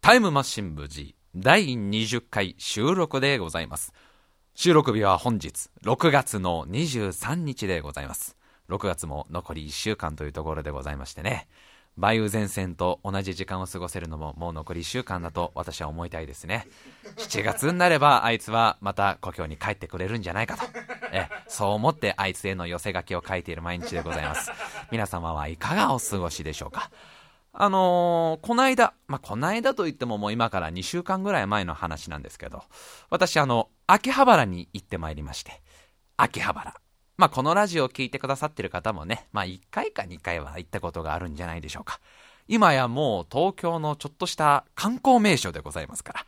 タイムマシン部 G 第20回収録でございます。収録日は本日6月の23日でございます。6月も残り1週間というところでございましてね、梅雨前線と同じ時間を過ごせるのももう残り1週間だと私は思いたいですね。7月になればあいつはまた故郷に帰ってくれるんじゃないかと、そう思ってあいつへの寄せ書きを書いている毎日でございます。皆様はいかがお過ごしでしょうか。この間といってももう今から2週間ぐらい前の話なんですけど、私秋葉原に行ってまいりまして、秋葉原、このラジオを聞いてくださってる方もね、1回か2回は行ったことがあるんじゃないでしょうか。今やもう東京のちょっとした観光名所でございますから、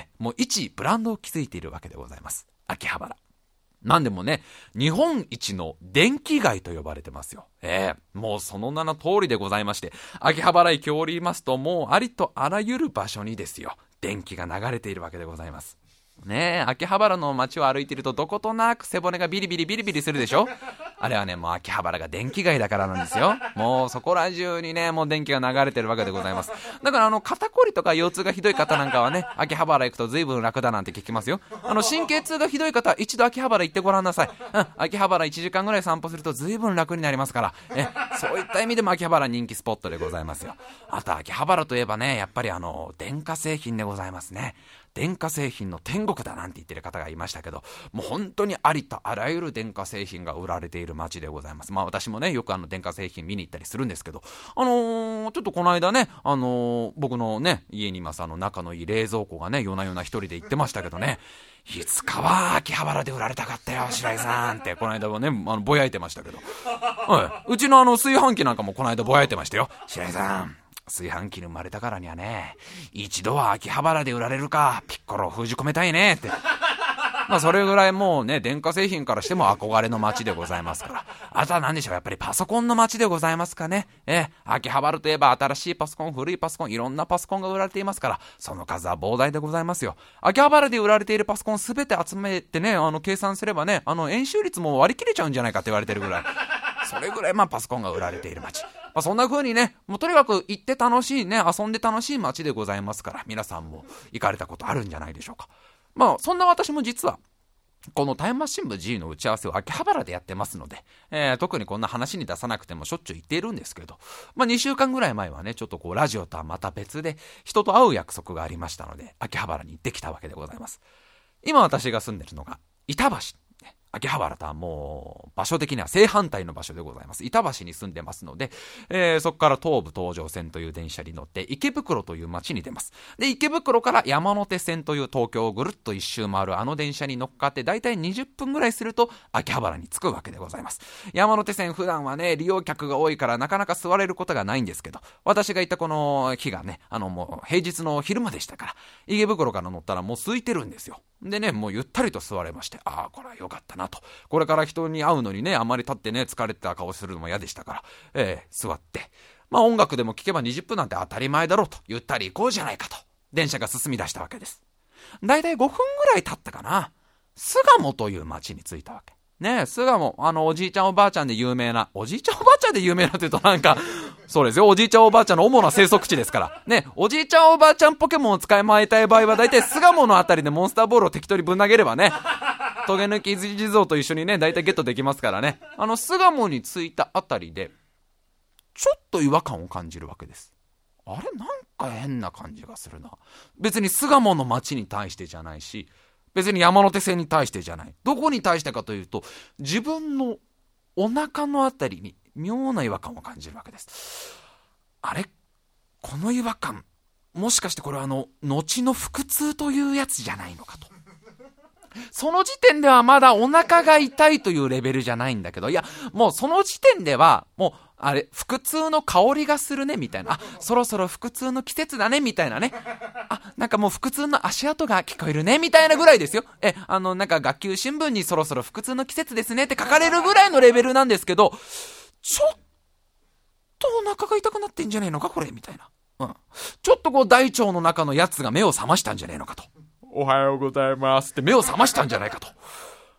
もう一ブランドを築いているわけでございます。秋葉原。なんでもね、日本一の電気街と呼ばれてますよ。もうその名の通りでございまして、秋葉原駅を降りますともうありとあらゆる場所にですよ、電気が流れているわけでございます。ねえ、秋葉原の街を歩いているとどことなく背骨がビリビリするでしょ。あれはね、もう秋葉原が電気街だからなんですよ。もうそこら中にね、もう電気が流れてるわけでございます。だから肩こりとか腰痛がひどい方なんかはね、秋葉原行くと随分楽だなんて聞きますよ。神経痛がひどい方は一度秋葉原行ってごらんなさい。秋葉原1時間ぐらい散歩すると随分楽になりますから、そういった意味でも秋葉原人気スポットでございますよ。あと秋葉原といえばね、やっぱり電化製品でございますね。電化製品の天国だなんて言ってる方がいましたけど、もう本当にありとあらゆる電化製品が売られている街でございます。私もね、よく電化製品見に行ったりするんですけど、ちょっとこの間ね、僕のね、家にいます仲のいい冷蔵庫がね、夜な夜な一人で行ってましたけどね、いつかは秋葉原で売られたかったよ白井さんってこの間はね、ぼやいてましたけど、うちの炊飯器なんかもこの間ぼやいてましたよ。白井さん、炊飯器に生まれたからにはね、一度は秋葉原で売られるかピッコロを封じ込めたいねって。それぐらいもうね、電化製品からしても憧れの街でございますから。あとは何でしょう、やっぱりパソコンの街でございますかね。秋葉原といえば新しいパソコン、古いパソコン、いろんなパソコンが売られていますから、その数は膨大でございますよ。秋葉原で売られているパソコンすべて集めてね、計算すればね、円周率も割り切れちゃうんじゃないかって言われてるぐらい、それぐらいパソコンが売られている街。そんな風にね、もうとにかく行って楽しいね、遊んで楽しい街でございますから、皆さんも行かれたことあるんじゃないでしょうか。そんな私も実はこのタイムマシン部 G の打ち合わせを秋葉原でやってますので、特にこんな話に出さなくてもしょっちゅう言っているんですけど、2週間ぐらい前はね、ちょっとラジオとはまた別で人と会う約束がありましたので、秋葉原に行ってきたわけでございます。今私が住んでるのが板橋、秋葉原とはもう場所的には正反対の場所でございます。板橋に住んでますので、そこから東武東上線という電車に乗って池袋という街に出ます。で、池袋から山手線という東京をぐるっと一周回る電車に乗っかってだいたい20分ぐらいすると秋葉原に着くわけでございます。山手線普段はね、利用客が多いからなかなか座れることがないんですけど、私が行ったこの日がね、もう平日の昼間でしたから、池袋から乗ったらもう空いてるんですよ。でね、もうゆったりと座れまして、これは良かったなと。これから人に会うのにね、あまり立ってね、疲れた顔するのも嫌でしたから、座って、音楽でも聴けば20分なんて当たり前だろうと、ゆったり行こうじゃないかと、電車が進み出したわけです。だいたい5分ぐらい経ったかな、巣鴨という町に着いたわけ。ねえ、巣鴨、おじいちゃんおばあちゃんで有名な、おじいちゃんおばあちゃんで有名なというとなんか、そうですよ、おじいちゃんおばあちゃんの主な生息地ですから。ね、おじいちゃんおばあちゃんポケモンを使い回りたい場合は、だいたい巣鴨のあたりでモンスターボールを適当にぶん投げればね、トゲ抜き地蔵と一緒にね、だいたいゲットできますからね。巣鴨に着いたあたりで、ちょっと違和感を感じるわけです。あれ、なんか変な感じがするな。別に巣鴨の街に対してじゃないし、別に山手線に対してじゃない。どこに対してかというと、自分のお腹のあたりに妙な違和感を感じるわけです。あれ、この違和感、もしかしてこれは後の腹痛というやつじゃないのかと。その時点ではまだお腹が痛いというレベルじゃないんだけど、いや、もうその時点ではもうあれ、腹痛の香りがするねみたいな、そろそろ腹痛の季節だねみたいなね、なんかもう腹痛の足音が聞こえるねみたいなぐらいですよ。なんか学級新聞にそろそろ腹痛の季節ですねって書かれるぐらいのレベルなんですけど、ちょっとお腹が痛くなってんじゃねえのかこれみたいな、ちょっと大腸の中のやつが目を覚ましたんじゃねえのかと、おはようございますって目を覚ましたんじゃないかと。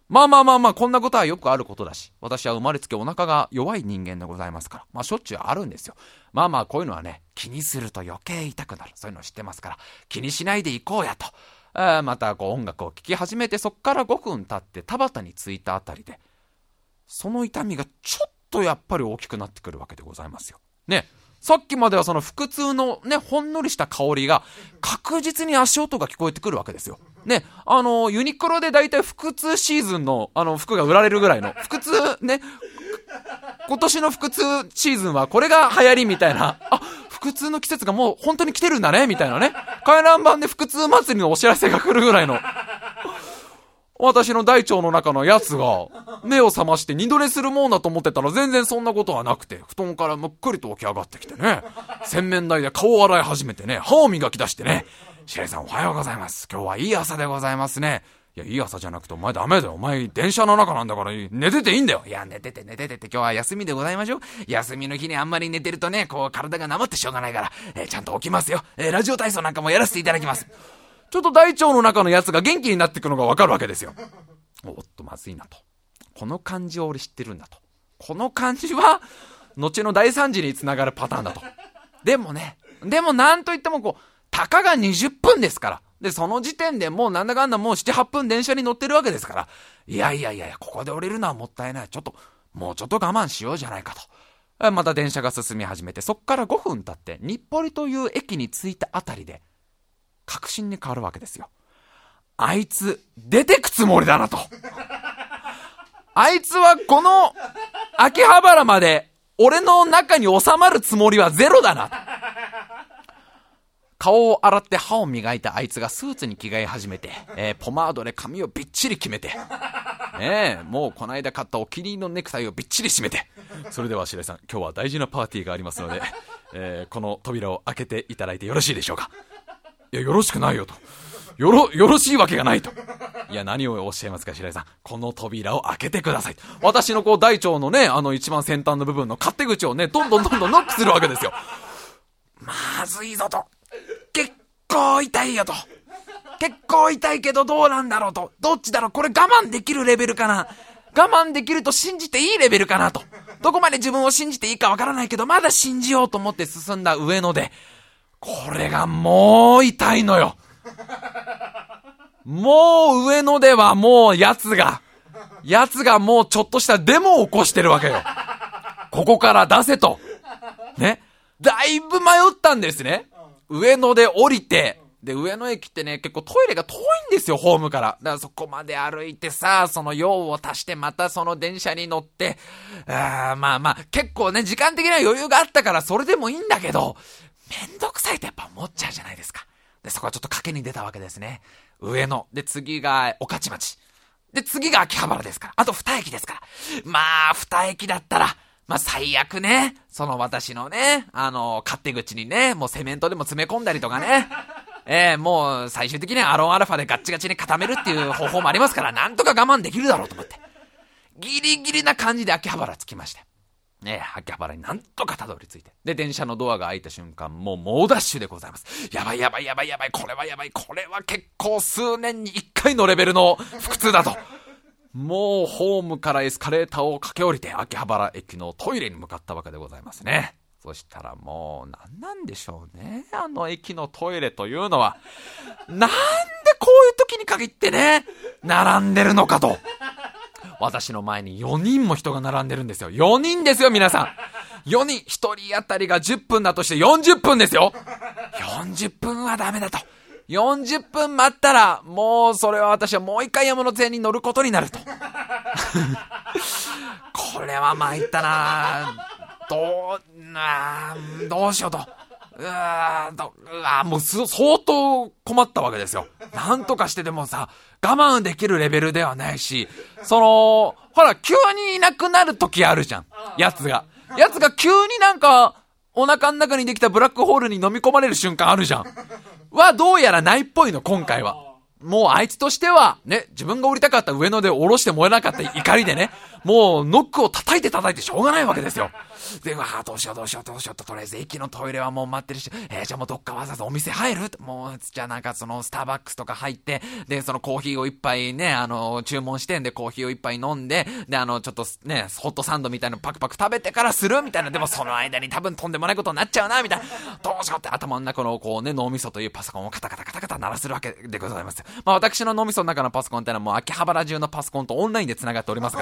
まあ、こんなことはよくあることだし、私は生まれつきお腹が弱い人間でございますから、しょっちゅうあるんですよ。こういうのはね、気にすると余計痛くなる。そういうの知ってますから、気にしないでいこうやと。また音楽を聴き始めて、そっから5分経って田端に着いたあたりで、その痛みがちょっとやっぱり大きくなってくるわけでございますよ。ね。さっきまではその腹痛のね、ほんのりした香りが確実に足音が聞こえてくるわけですよ。ね、ユニクロでだいたい腹痛シーズンの服が売られるぐらいの腹痛ね、今年の腹痛シーズンはこれが流行りみたいな、腹痛の季節がもう本当に来てるんだねみたいなね、回覧板で腹痛祭りのお知らせが来るぐらいの私の大腸の中のやつが目を覚まして二度寝するもんだと思ってたら、全然そんなことはなくて、布団からむっくりと起き上がってきてね、洗面台で顔を洗い始めてね、歯を磨き出してね、白井さんおはようございます、今日はいい朝でございますね。いや、いい朝じゃなくてお前ダメだよ、お前電車の中なんだから寝てていいんだよ。いや、寝てて今日は休みでございましょう。休みの日にあんまり寝てるとね、こう体がなまってしょうがないから、ちゃんと起きますよ。ラジオ体操なんかもやらせていただきます。ちょっと大腸の中のやつが元気になってくのがわかるわけですよ。おっとまずいなと、この感じを俺知ってるんだと、この感じは後の大惨事につながるパターンだと。でもなんといってもたかが20分ですから、でその時点でもうなんだかんだもう 7,8 分電車に乗ってるわけですから、いやここで降りるのはもったいない、もうちょっと我慢しようじゃないかと。また電車が進み始めて、そっから5分経って日暮里という駅に着いたあたりで確信に変わるわけですよ。あいつ出てくつもりだなと。あいつはこの秋葉原まで俺の中に収まるつもりはゼロだな。顔を洗って歯を磨いたあいつがスーツに着替え始めて、ポマードで髪をびっちり決めて、もうこの間買ったお気に入りのネクタイをびっちり締めて、それでは白井さん、今日は大事なパーティーがありますので、この扉を開けていただいてよろしいでしょうか。いや、よろしくないよと。よろしいわけがないと。いや、何をおっしゃいますか白井さん、この扉を開けてください。私の大腸のね、一番先端の部分の勝手口をね、どんどんノックするわけですよ。まずいぞと、結構痛いよと、結構痛いけどどうなんだろうと、どっちだろう、これ我慢できるレベルかな、我慢できると信じていいレベルかなと、どこまで自分を信じていいかわからないけどまだ信じようと思って進んだ上野で、これがもう痛いのよ。もう上野ではもうやつがもうちょっとしたデモを起こしてるわけよ。ここから出せとね、だいぶ迷ったんですね。上野で降りて、で上野駅ってね、結構トイレが遠いんですよ、ホームから。だからそこまで歩いてさ、その用を足してまたその電車に乗って、結構ね時間的な余裕があったからそれでもいいんだけど、めんどくさいってやっぱ思っちゃうじゃないですか。でそこはちょっと賭けに出たわけですね。上野で次が御徒町で次が秋葉原ですから、あと2駅ですから、2駅だったら最悪ね、その私のね勝手口にね、もうセメントでも詰め込んだりとかねもう最終的にはアロンアルファでガッチガチに固めるっていう方法もありますから、なんとか我慢できるだろうと思ってギリギリな感じで秋葉原着きまして、秋葉原になんとかたどり着いて、で電車のドアが開いた瞬間、もう猛ダッシュでございます。やばい、これはやばい、これは結構数年に1回のレベルの腹痛だと。もうホームからエスカレーターを駆け下りて秋葉原駅のトイレに向かったわけでございますね。そしたらもう何なんでしょうね、駅のトイレというのはなんでこういう時に限ってね並んでるのかと。私の前に4人も人が並んでるんですよ。4人ですよ皆さん、4人、1人当たりが10分だとして40分ですよ。40分はダメだと。40分待ったらもうそれは私はもう一回山手線に乗ることになるとこれは参ったな、どうしようと、もう相当困ったわけですよ。なんとかしてでもさ、我慢できるレベルではないし、ほら急にいなくなる時あるじゃん、やつが急になんかお腹の中にできたブラックホールに飲み込まれる瞬間あるじゃんはどうやらないっぽいの今回は。 もうあいつとしては、ね、自分が降りたかった上野で降ろして燃えなかった怒りでね、もうノックを叩いてしょうがないわけですよ。で、どうしようと、とりあえず駅のトイレはもう待ってるし、じゃあもうどっかわざわざお店入る？もう、じゃあなんかそのスターバックスとか入って、で、そのコーヒーを一杯ね、注文してんでコーヒーを一杯飲んで、で、ちょっとね、ホットサンドみたいなのパクパク食べてからするみたいな、でもその間に多分とんでもないことになっちゃうな、みたいな。どうしようって頭の中のこうね、脳みそというパソコンをカタカタ鳴らするわけでございます。まあ私の脳みその中のパソコンってのはもう秋葉原中のパソコンとオンラインで繋がっておりますから、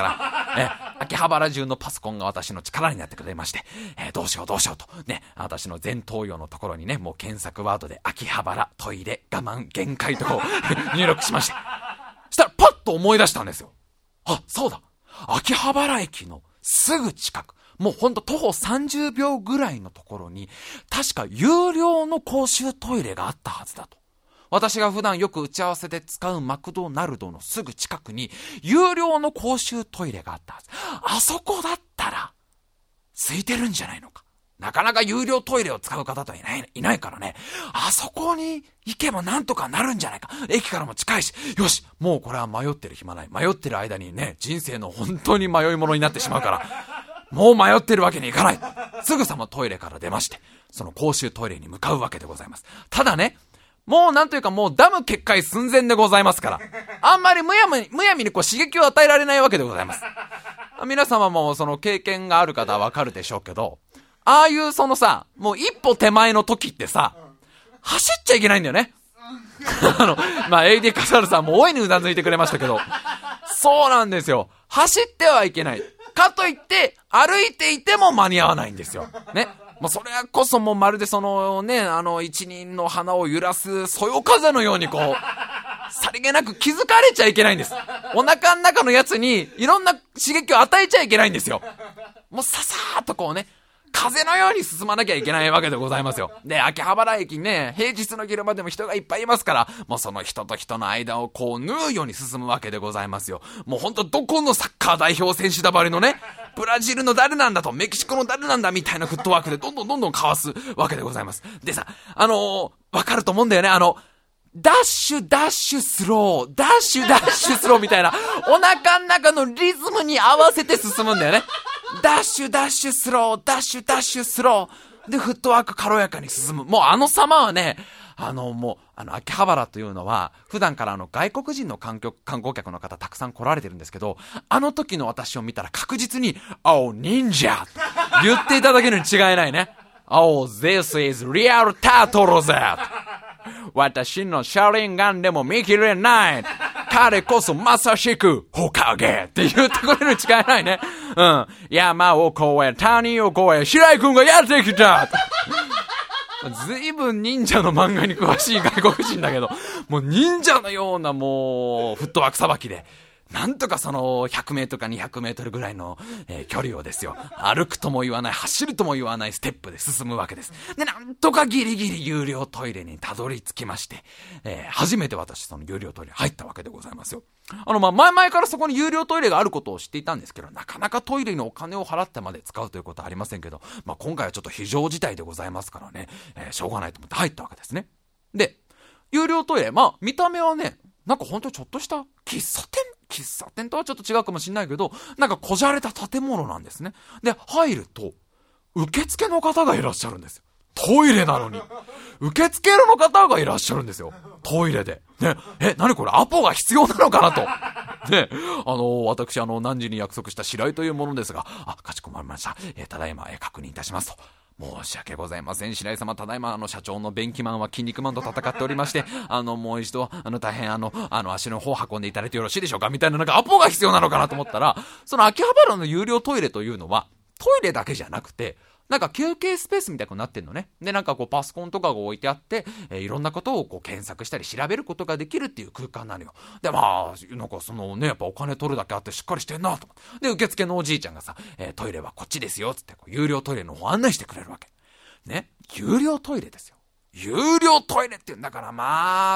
秋葉原中のパソコンが私の力になってくれまして、どうしようとね、私の前頭葉のところにね、もう検索ワードで秋葉原トイレ我慢限界とこう入力しまして、したらパッと思い出したんですよ。あ、そうだ、秋葉原駅のすぐ近く、もうほんと徒歩30秒ぐらいのところに確か有料の公衆トイレがあったはずだと。私が普段よく打ち合わせで使うマクドナルドのすぐ近くに有料の公衆トイレがあったはず。あそこだったら空いてるんじゃないのか。なかなか有料トイレを使う方といないからね。あそこに行けばなんとかなるんじゃないか。駅からも近いし、よし、もうこれは迷ってる暇ない。迷ってる間にね、人生の本当に迷い物になってしまうから、もう迷ってるわけにいかない。すぐさまトイレから出まして、その公衆トイレに向かうわけでございます。ただね、もうなんというかもうダム決壊寸前でございますから、あんまりむやみにこう刺激を与えられないわけでございます。皆様もその経験がある方はわかるでしょうけど、ああいうそのさ、もう一歩手前の時ってさ、走っちゃいけないんだよね。まあ AD カサルさんも大いにうなずいてくれましたけど、そうなんですよ。走ってはいけない。かといって歩いていても間に合わないんですよ。ね。もうそれこそもうまるでそのね、一輪の花を揺らすそよ風のようにこう、さりげなく気づかれちゃいけないんです。お腹の中のやつにいろんな刺激を与えちゃいけないんですよ。もうささーっとこうね、風のように進まなきゃいけないわけでございますよ。で、秋葉原駅ね、平日の昼間でも人がいっぱいいますから、もうその人と人の間をこう縫うように進むわけでございますよ。もうほんとどこのサッカー代表選手だばりのね、ブラジルの誰なんだと、メキシコの誰なんだみたいなフットワークでどんどんかわすわけでございます。でさ、わかると思うんだよね。ダッシュスロー、ダッシュスローみたいな、お腹の中のリズムに合わせて進むんだよね。ダッシュスロー、ダッシュスロー。で、フットワーク軽やかに進む。もう様はね、秋葉原というのは、普段から外国人の観光客の方たくさん来られてるんですけど、あの時の私を見たら確実に、Oh, 忍者言っていただけるに違いないね。Oh, this is real turtle that. 私の車輪ガンでも見切れない。彼こそまさしくホカゲって言ってくれるに違いないね。うん。山を越え、谷を越え、白井くんがやってきた。ずいぶん忍者の漫画に詳しい外国人だけど、もう忍者のようなもうフットワークさばきで、なんとかその100メートルか200メートルぐらいの、距離をですよ、歩くとも言わない、走るとも言わないステップで進むわけです。で、なんとかギリギリ有料トイレにたどり着きまして、初めて私その有料トイレ入ったわけでございますよ。前々からそこに有料トイレがあることを知っていたんですけど、なかなかトイレのお金を払ってまで使うということはありませんけど、今回はちょっと非常事態でございますからね、しょうがないと思って入ったわけですね。で、有料トイレ、見た目はね、なんかほんとちょっとした喫茶店とはちょっと違うかもしれないけど、なんかこじゃれた建物なんですね。で、入ると、受付の方がいらっしゃるんですよ。トイレなのに。受付の方がいらっしゃるんですよ。トイレで。ね、何これアポが必要なのかなと。ね、私何時に約束した白井というものですが、かしこまりました。ただいま確認いたしますと。申し訳ございません。白井様、ただいま社長の便器マンは筋肉マンと戦っておりまして、もう一度、大変足の方を運んでいただいてよろしいでしょうかみたいな、なんかアポが必要なのかなと思ったら、その秋葉原の有料トイレというのは、トイレだけじゃなくて、なんか休憩スペースみたいになってんのね。で、なんかこうパソコンとかが置いてあって、いろんなことをこう検索したり調べることができるっていう空間なのよ。で、なんかそのね、やっぱお金取るだけあってしっかりしてんなと思って。で、受付のおじいちゃんがさ、トイレはこっちですよつってこう有料トイレの方案内してくれるわけ。ね、有料トイレですよ。有料トイレって言うんだから、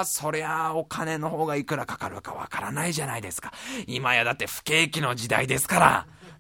そりゃお金の方がいくらかかるかわからないじゃないですか。今やだって不景気の時代ですから。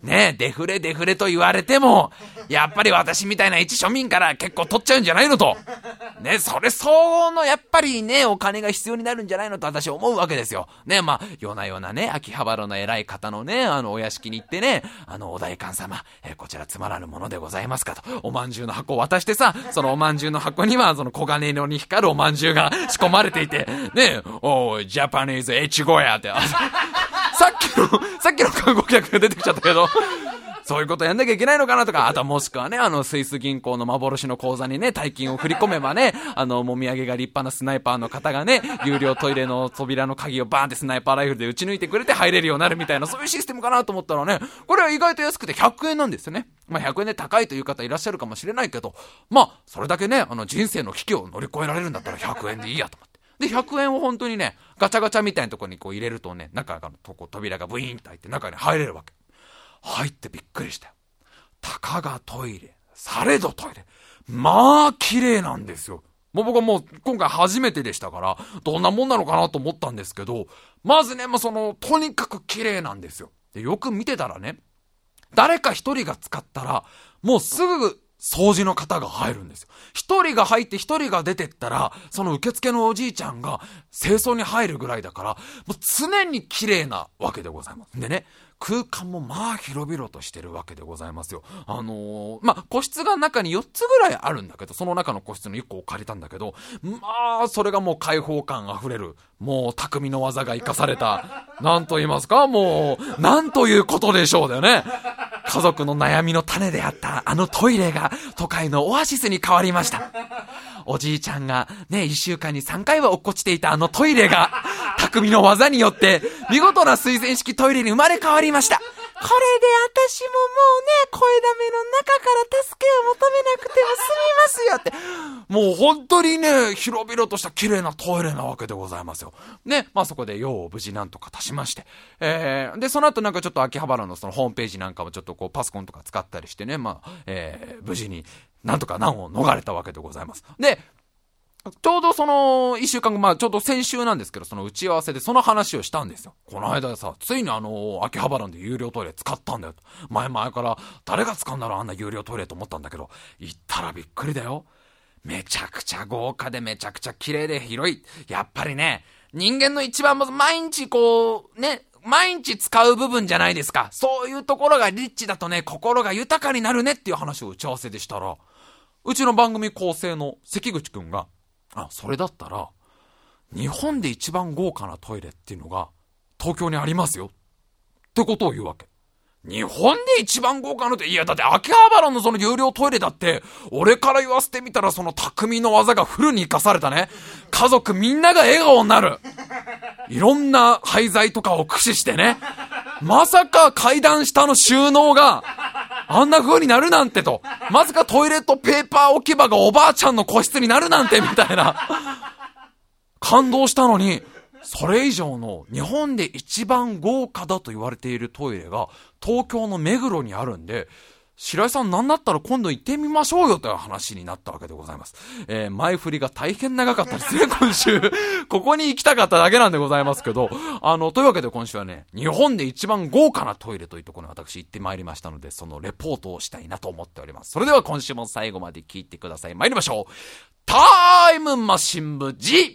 ね、デフレと言われても、やっぱり私みたいな一庶民から結構取っちゃうんじゃないのと。ね、それ相応のやっぱりね、お金が必要になるんじゃないのと私思うわけですよ。ね、まあ、夜な夜なね、秋葉原の偉い方のね、お屋敷に行ってね、お代官様、こちらつまらぬものでございますかと、おまんじゅうの箱を渡してさ、そのおまんじゅうの箱には、その黄金色に光るおまんじゅうが仕込まれていて、ね、おー、ジャパニーズ越後やって、さっきの観光客が出てきちゃったけど、そういうことやんなきゃいけないのかなとか、あとはもしくはね、スイス銀行の幻の口座にね、大金を振り込めばね、もみあげが立派なスナイパーの方がね、有料トイレの扉の鍵をバーンってスナイパーライフルで撃ち抜いてくれて入れるようになるみたいな、そういうシステムかなと思ったらね、これは意外と安くて100円なんですよね。まあ100円で高いという方いらっしゃるかもしれないけど、まあそれだけね、人生の危機を乗り越えられるんだったら100円でいいやと思って。で、100円を本当にね、ガチャガチャみたいなところにこう入れるとね、中のとこ扉がブイーンと開いて中に入れるわけ。入ってびっくりしたよ。たかがトイレ、されどトイレ。まあ、綺麗なんですよ。僕はもう今回初めてでしたから、どんなもんなのかなと思ったんですけど、まずね、とにかく綺麗なんですよ。で、よく見てたらね、誰か一人が使ったら、もうすぐ掃除の方が入るんですよ。一人が入って一人が出てったら、その受付のおじいちゃんが清掃に入るぐらいだから、もう常に綺麗なわけでございます。でね、空間もまあ広々としてるわけでございますよ。まあ個室が中に4つぐらいあるんだけど、その中の個室の1個を借りたんだけど、まあそれがもう開放感あふれる、もう匠の技が生かされた、なんと言いますか、もうなんということでしょうだよね。家族の悩みの種であったトイレが都会のオアシスに変わりました。おじいちゃんがね、1週間に3回は落っこちていたトイレが匠の技によって見事な水洗式トイレに生まれ変わりました。これで私ももうね、声だめの中から助けを求めなくても済みますよって、もう本当にね、広々とした綺麗なトイレなわけでございますよ。ね、まあそこで用を無事なんとか足しまして、でその後なんかちょっと秋葉原のそのホームページなんかもちょっとこうパソコンとか使ったりしてね、まあ、無事になんとか難を逃れたわけでございます。で、ちょうどその一週間後、まあちょうど先週なんですけど、その打ち合わせでその話をしたんですよ。この間さ、ついに秋葉原で有料トイレ使ったんだよと。前々から誰が使うんだろうあんな有料トイレと思ったんだけど、行ったらびっくりだよ。めちゃくちゃ豪華でめちゃくちゃ綺麗で広い。やっぱりね、人間の一番毎日こうね、毎日使う部分じゃないですか。そういうところがリッチだとね、心が豊かになるねっていう話を打ち合わせでしたら、うちの番組構成の関口くんが、それだったら日本で一番豪華なトイレっていうのが東京にありますよってことを言うわけ。日本で一番豪華なって、いやだって秋葉原のその有料トイレだって俺から言わせてみたら、その匠の技がフルに活かされたね、家族みんなが笑顔になる、いろんな廃材とかを駆使してね、まさか階段下の収納があんな風になるなんてと、まさかトイレットペーパー置き場がおばあちゃんの個室になるなんてみたいな感動したのに、それ以上の日本で一番豪華だと言われているトイレが東京の目黒にあるんで、白井さんなんだったら今度行ってみましょうよという話になったわけでございます。前振りが大変長かったですね、今週。ここに行きたかっただけなんでございますけど、というわけで今週はね、日本で一番豪華なトイレというところに私行ってまいりましたので、そのレポートをしたいなと思っております。それでは今週も最後まで聞いてください。参りましょう。タイムマシン部 G。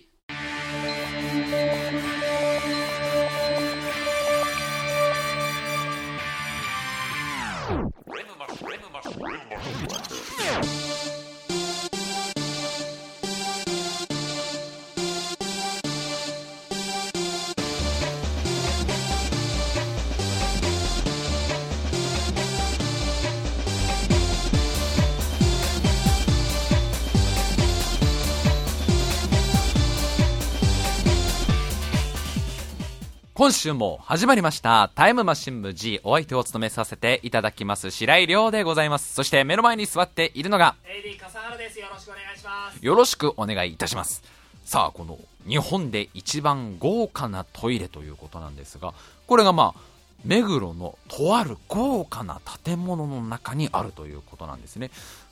今週も始まりましたタイムマシン部 G。 お相手を務めさせていただきます白井亮でございます。そして目の前に座っているのが AD 笠原です。よろしくお願いします。 よろしくお願いいたします。さあ、この日本で一番豪華なトイレということなんですが、これがまあ目黒のとある豪華な建物の中にあるということなんですね。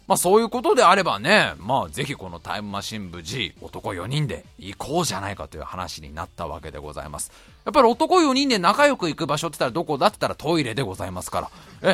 まあそういうことであればね、まあぜひこのタイムマシン部 G 男4人で行こうじゃないかという話になったわけでございます。やっぱり男4人で仲良く行く場所って言ったらどこだって言ったらトイレでございますから。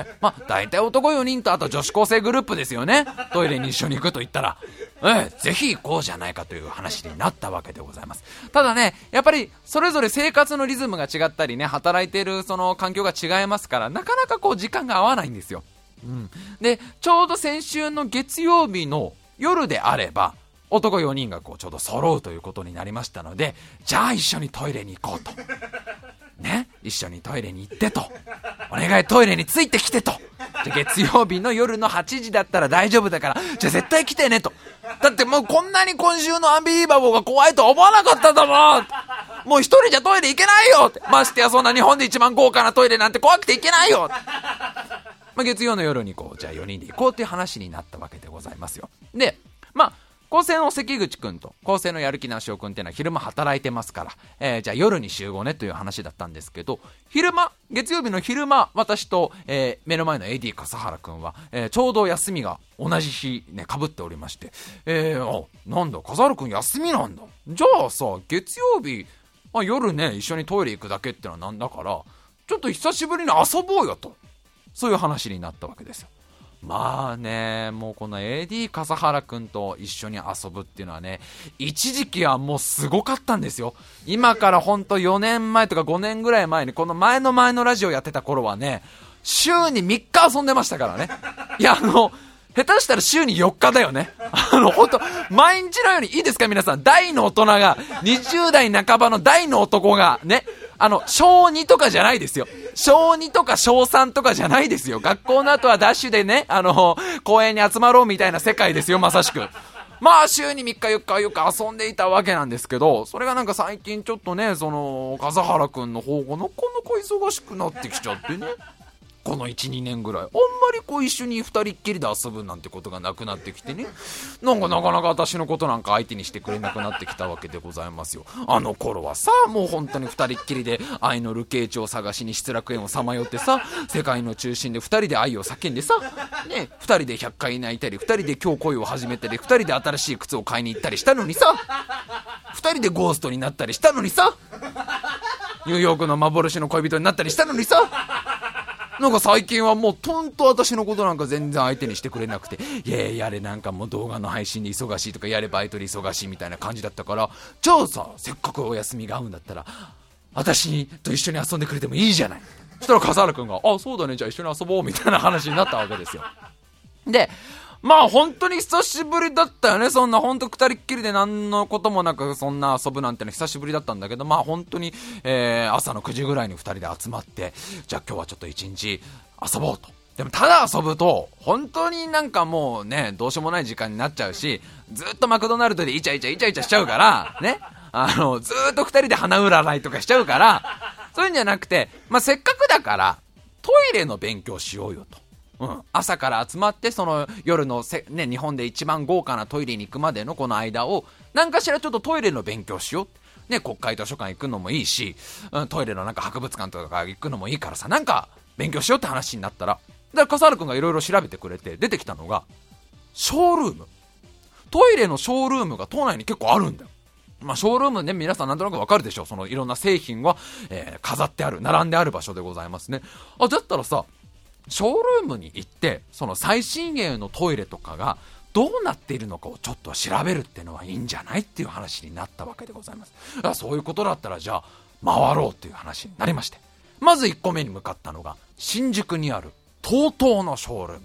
まあ大体男4人とあと女子高生グループですよね。トイレに一緒に行くと言ったら。ぜひ行こうじゃないかという話になったわけでございます。ただね、やっぱりそれぞれ生活のリズムが違ったりね、働いているその環境が違いますから、なかなかこう時間が合わないんですよ。で、ちょうど先週の月曜日の夜であれば、男4人がこうちょうど揃うということになりましたので、じゃあ一緒にトイレに行こうと。ね、一緒にトイレに行ってと。お願いトイレについてきてと。じゃ月曜日の夜の8時だったら大丈夫だから、じゃあ絶対来てねと。だってもうこんなに今週のアンビリーバボーが怖いとは思わなかったんだもん。もう一人じゃトイレ行けないよって。ましてやそんな日本で一番豪華なトイレなんて怖くて行けないよ。まあ、月曜の夜にこうじゃあ4人で行こうっていう話になったわけでございますよ。で、まあ構成の関口くんと構成のやる気なしおくんっていうのは昼間働いてますから、じゃあ夜に集合ねという話だったんですけど、月曜日の昼間、私と、目の前の AD 笠原くんは、ちょうど休みが同じ日ね被っておりまして、なんだ笠原くん休みなんだ、じゃあさ月曜日、まあ、夜ね一緒にトイレ行くだけってのはなんだからちょっと久しぶりに遊ぼうよと、そういう話になったわけですよ。まあね、もうこの AD 笠原くんと一緒に遊ぶっていうのはね、一時期はもうすごかったんですよ。今からほんと4年前とか5年ぐらい前に、この前のラジオやってた頃はね、週に3日遊んでましたからね。いや下手したら週に4日だよね。ほんと毎日のように、いいですか皆さん、大の大人が20代半ばの大の男がね、小2とかじゃないですよ。小2とか小3とかじゃないですよ。学校の後はダッシュでね、公園に集まろうみたいな世界ですよ、まさしく。まあ、週に3日4日よく遊んでいたわけなんですけど、それがなんか最近ちょっとね、笠原くんの方がなかなか忙しくなってきちゃってね。この 1,2 年ぐらいあんまりこう一緒に2人っきりで遊ぶなんてことがなくなってきてね、なんかなかなか私のことなんか相手にしてくれなくなってきたわけでございますよ。あの頃はさ、もう本当に2人っきりで愛の流刑地を探しに失楽園をさまよってさ、世界の中心で2人で愛を叫んでさ、ね、2人で100回泣いたり、2人で今日恋を始めたり、2人で新しい靴を買いに行ったりしたのにさ、2人でゴーストになったりしたのにさ、ニューヨークの幻の恋人になったりしたのにさ、なんか最近はもうとんと私のことなんか全然相手にしてくれなくて、やれなんかもう動画の配信で忙しいとか、やれバイトで忙しいみたいな感じだったから、じゃあさ、せっかくお休みが合うんだったら私と一緒に遊んでくれてもいいじゃない。そしたら笠原くんがそうだね、じゃあ一緒に遊ぼうみたいな話になったわけですよ。で、まあ本当に久しぶりだったよね。そんな本当二人っきりで何のこともなくそんな遊ぶなんての久しぶりだったんだけど、まあ本当に、朝の9時ぐらいに二人で集まって、じゃあ今日はちょっと一日遊ぼうと。でもただ遊ぶと本当になんかもうね、どうしようもない時間になっちゃうし、ずっとマクドナルドでイチャイチャしちゃうからね、ずっと二人で鼻占いとかしちゃうから、そういうんじゃなくて、まあせっかくだからトイレの勉強しようよと。朝から集まって、その夜の日本で一番豪華なトイレに行くまでのこの間を何かしらちょっとトイレの勉強しよう、ね、国会図書館行くのもいいし、トイレのなんか博物館とか行くのもいいからさ、なんか勉強しようって話になったら、笠原くんがいろいろ調べてくれて出てきたのがショールーム。トイレのショールームが都内に結構あるんだよ。まあ、ショールームね、皆さんなんとなくわかるでしょ。そのいろんな製品は、飾ってある、並んである場所でございますね。だったらさ、ショールームに行ってその最新鋭のトイレとかがどうなっているのかをちょっと調べるっていうのはいいんじゃないっていう話になったわけでございます。そういうことだったらじゃあ回ろうっていう話になりまして、まず1個目に向かったのが新宿にある TOTO のショールーム。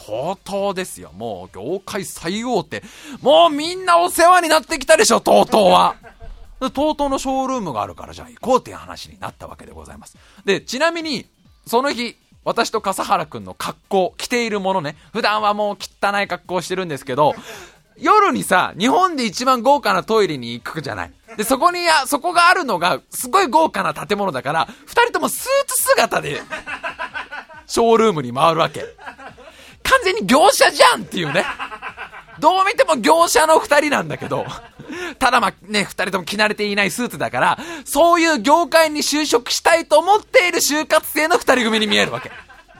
TOTO ですよ。もう業界最大手、もうみんなお世話になってきたでしょ TOTO は。TOTO のショールームがあるからじゃあ行こうっていう話になったわけでございます。で、ちなみにその日私と笠原くんの格好、着ているものね、普段はもう汚い格好してるんですけど、夜にさ、日本で一番豪華なトイレに行くじゃない。で、そこがあるのがすごい豪華な建物だから、二人ともスーツ姿でショールームに回るわけ。完全に業者じゃんっていうね。どう見ても業者の二人なんだけど、ただまあね、二人とも着慣れていないスーツだから、そういう業界に就職したいと思っている就活生の二人組に見えるわけ。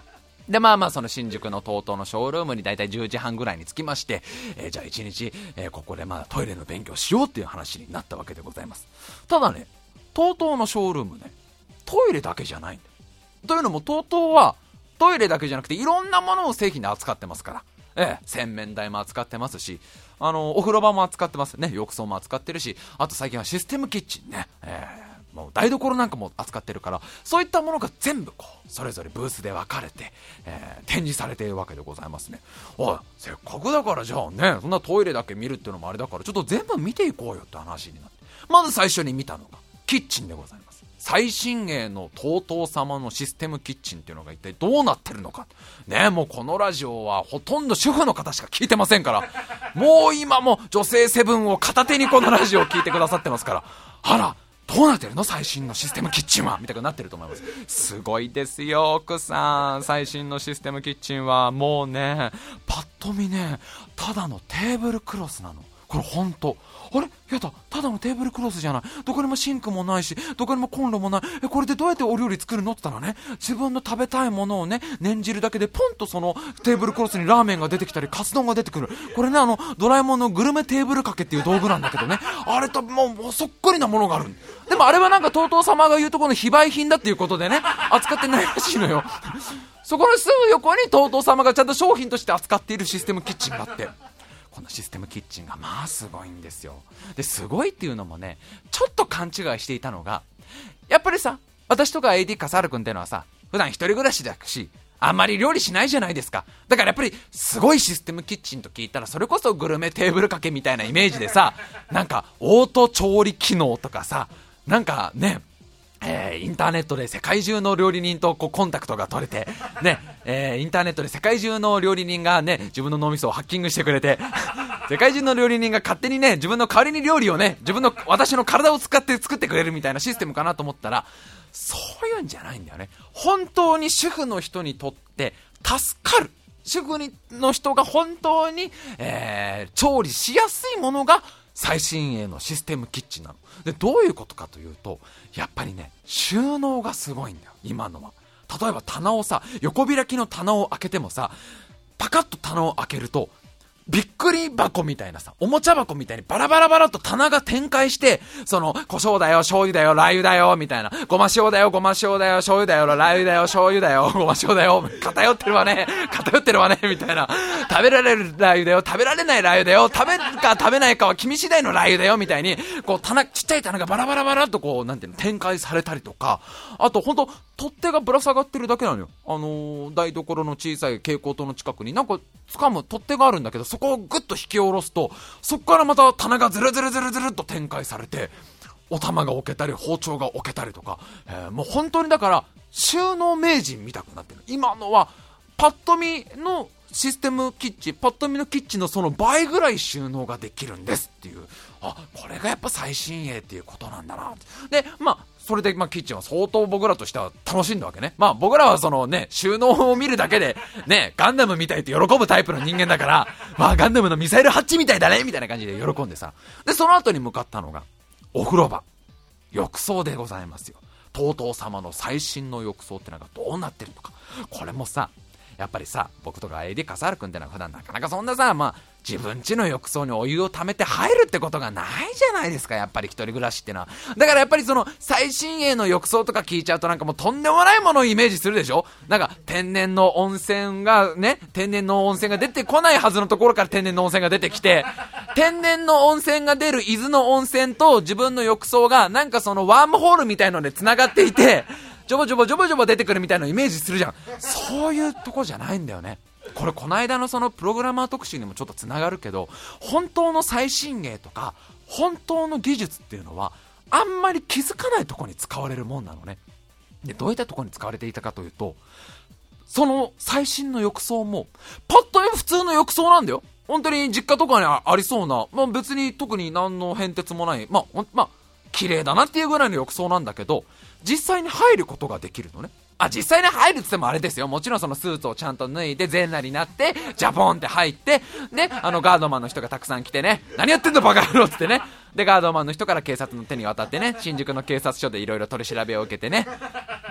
でまあその新宿の TOTO のショールームにだいたい10時半ぐらいに着きまして、じゃあ1日、ここでトイレの勉強しようっていう話になったわけでございます。ただね TOTO のショールームね、トイレだけじゃないんだよ。というのも TOTO はトイレだけじゃなくていろんなものを製品で扱ってますから、洗面台も扱ってますし、お風呂場も扱ってますね、浴槽も扱ってるし、あと最近はシステムキッチンね、もう台所なんかも扱ってるから、そういったものが全部それぞれブースで分かれて、展示されているわけでございますね。おい、せっかくだからじゃあね、そんなトイレだけ見るっていうのもあれだから、ちょっと全部見ていこうよって話になって、まず最初に見たのがキッチンでございます。最新鋭の TOTO 様のシステムキッチンっていうのが一体どうなってるのかね。もうこのラジオはほとんど主婦の方しか聞いてませんから、もう今も女性セブンを片手にこのラジオを聞いてくださってますから、あらどうなってるの最新のシステムキッチンはみたいになってると思います。すごいですよ奥さん、最新のシステムキッチンはもうね、パッと見ね、ただのテーブルクロスなの。これ本当、あれやだ、ただのテーブルクロスじゃない、どこにもシンクもないし、どこにもコンロもない、これでどうやってお料理作るのって言ったらね、自分の食べたいものをね念じるだけでポンとそのテーブルクロスにラーメンが出てきたりカツ丼が出てくる。これねドラえもんのグルメテーブルかけっていう道具なんだけどね、あれともうそっくりなものがある。でもあれはなんか TOTO 様が言うところの非売品だっていうことでね扱ってないらしいのよ。そこのすぐ横に TOTO 様がちゃんと商品として扱っているシステムキッチンがあって、このシステムキッチンがまあすごいんですよ。ですごいっていうのもね、ちょっと勘違いしていたのが、やっぱりさ、私とか AD 笠原くんっていうのはさ、普段一人暮らしだし、あんまり料理しないじゃないですか。だからやっぱりすごいシステムキッチンと聞いたら、それこそグルメテーブルかけみたいなイメージでさ、なんかオート調理機能とかさ、なんかね、インターネットで世界中の料理人とコンタクトが取れて、ね、インターネットで世界中の料理人がね、自分の脳みそをハッキングしてくれて、世界中の料理人が勝手にね、自分の代わりに料理をね、私の体を使って作ってくれるみたいなシステムかなと思ったら、そういうんじゃないんだよね。本当に主婦の人にとって助かる。主婦の人が本当に、調理しやすいものが最新鋭のシステムキッチンなので、どういうことかというと、やっぱりね、収納がすごいんだよ今のは。例えば棚をさ、横開きの棚を開けてもさ、パカッと棚を開けるとびっくり箱みたいなさ、おもちゃ箱みたいにバラバラバラと棚が展開して、その胡椒だよ、醤油だよ、ラー油だよみたいな、ごま塩だよ、ごま塩だよ、醤油だよ、ラー油だよ、醤油だよ、ごま塩だよ、偏ってるわねみたいな、食べられるラー油だよ、食べられないラー油だよ、食べるか食べないかは君次第のラー油だよみたいに、こうちっちゃい棚がバラバラバラとこうなんていうの展開されたりとか、あと本当取っ手がぶら下がってるだけなのよ。台所の小さい蛍光灯の近くになんか掴む取っ手があるんだけど、そこをグッと引き下ろすと、そこからまた棚がずるずるずるずるっと展開されて、お玉が置けたり包丁が置けたりとか、もう本当にだから収納名人みたくなってる。今のはパッと見のシステムキッチン、パッと見のキッチンのその倍ぐらい収納ができるんですっていう、これがやっぱ最新鋭っていうことなんだな。でそれでキッチンは相当僕らとしては楽しんだわけね。僕らはそのね、収納を見るだけでね、ガンダムみたいって喜ぶタイプの人間だから、ガンダムのミサイルハッチみたいだねみたいな感じで喜んでさ、でその後に向かったのがお風呂場、浴槽でございますよ。TOTO様の最新の浴槽ってのがどうなってるのか。これもさ、やっぱりさ、僕とか AD 笠原くんってのは普段なかなかそんなさ、自分家の浴槽にお湯を溜めて入るってことがないじゃないですか、やっぱり一人暮らしってのは。だからやっぱりその最新鋭の浴槽とか聞いちゃうと、なんかもうとんでもないものをイメージするでしょ。なんか天然の温泉が出てこないはずのところから天然の温泉が出てきて、天然の温泉が出る伊豆の温泉と自分の浴槽がなんかそのワームホールみたいので繋がっていて、ジョボジョボ出てくるみたいなのをイメージするじゃん。そういうとこじゃないんだよね。これこの間のそのプログラマー特集にもちょっとつながるけど、本当の最新鋭とか本当の技術っていうのはあんまり気づかないとこに使われるもんなのね。でどういったとこに使われていたかというと、その最新の浴槽もパッと見普通の浴槽なんだよ。本当に実家とかにありそうな、別に特に何の変哲もない、綺麗だなっていうぐらいの浴槽なんだけど、実際に入ることができるのね。実際に入るって言ってもあれですよ。もちろんそのスーツをちゃんと脱いで全裸になってジャポンって入って、でガードマンの人がたくさん来てね、何やってんだバカ野郎っつってね、でガードマンの人から警察の手に渡ってね、新宿の警察署でいろいろ取り調べを受けてね、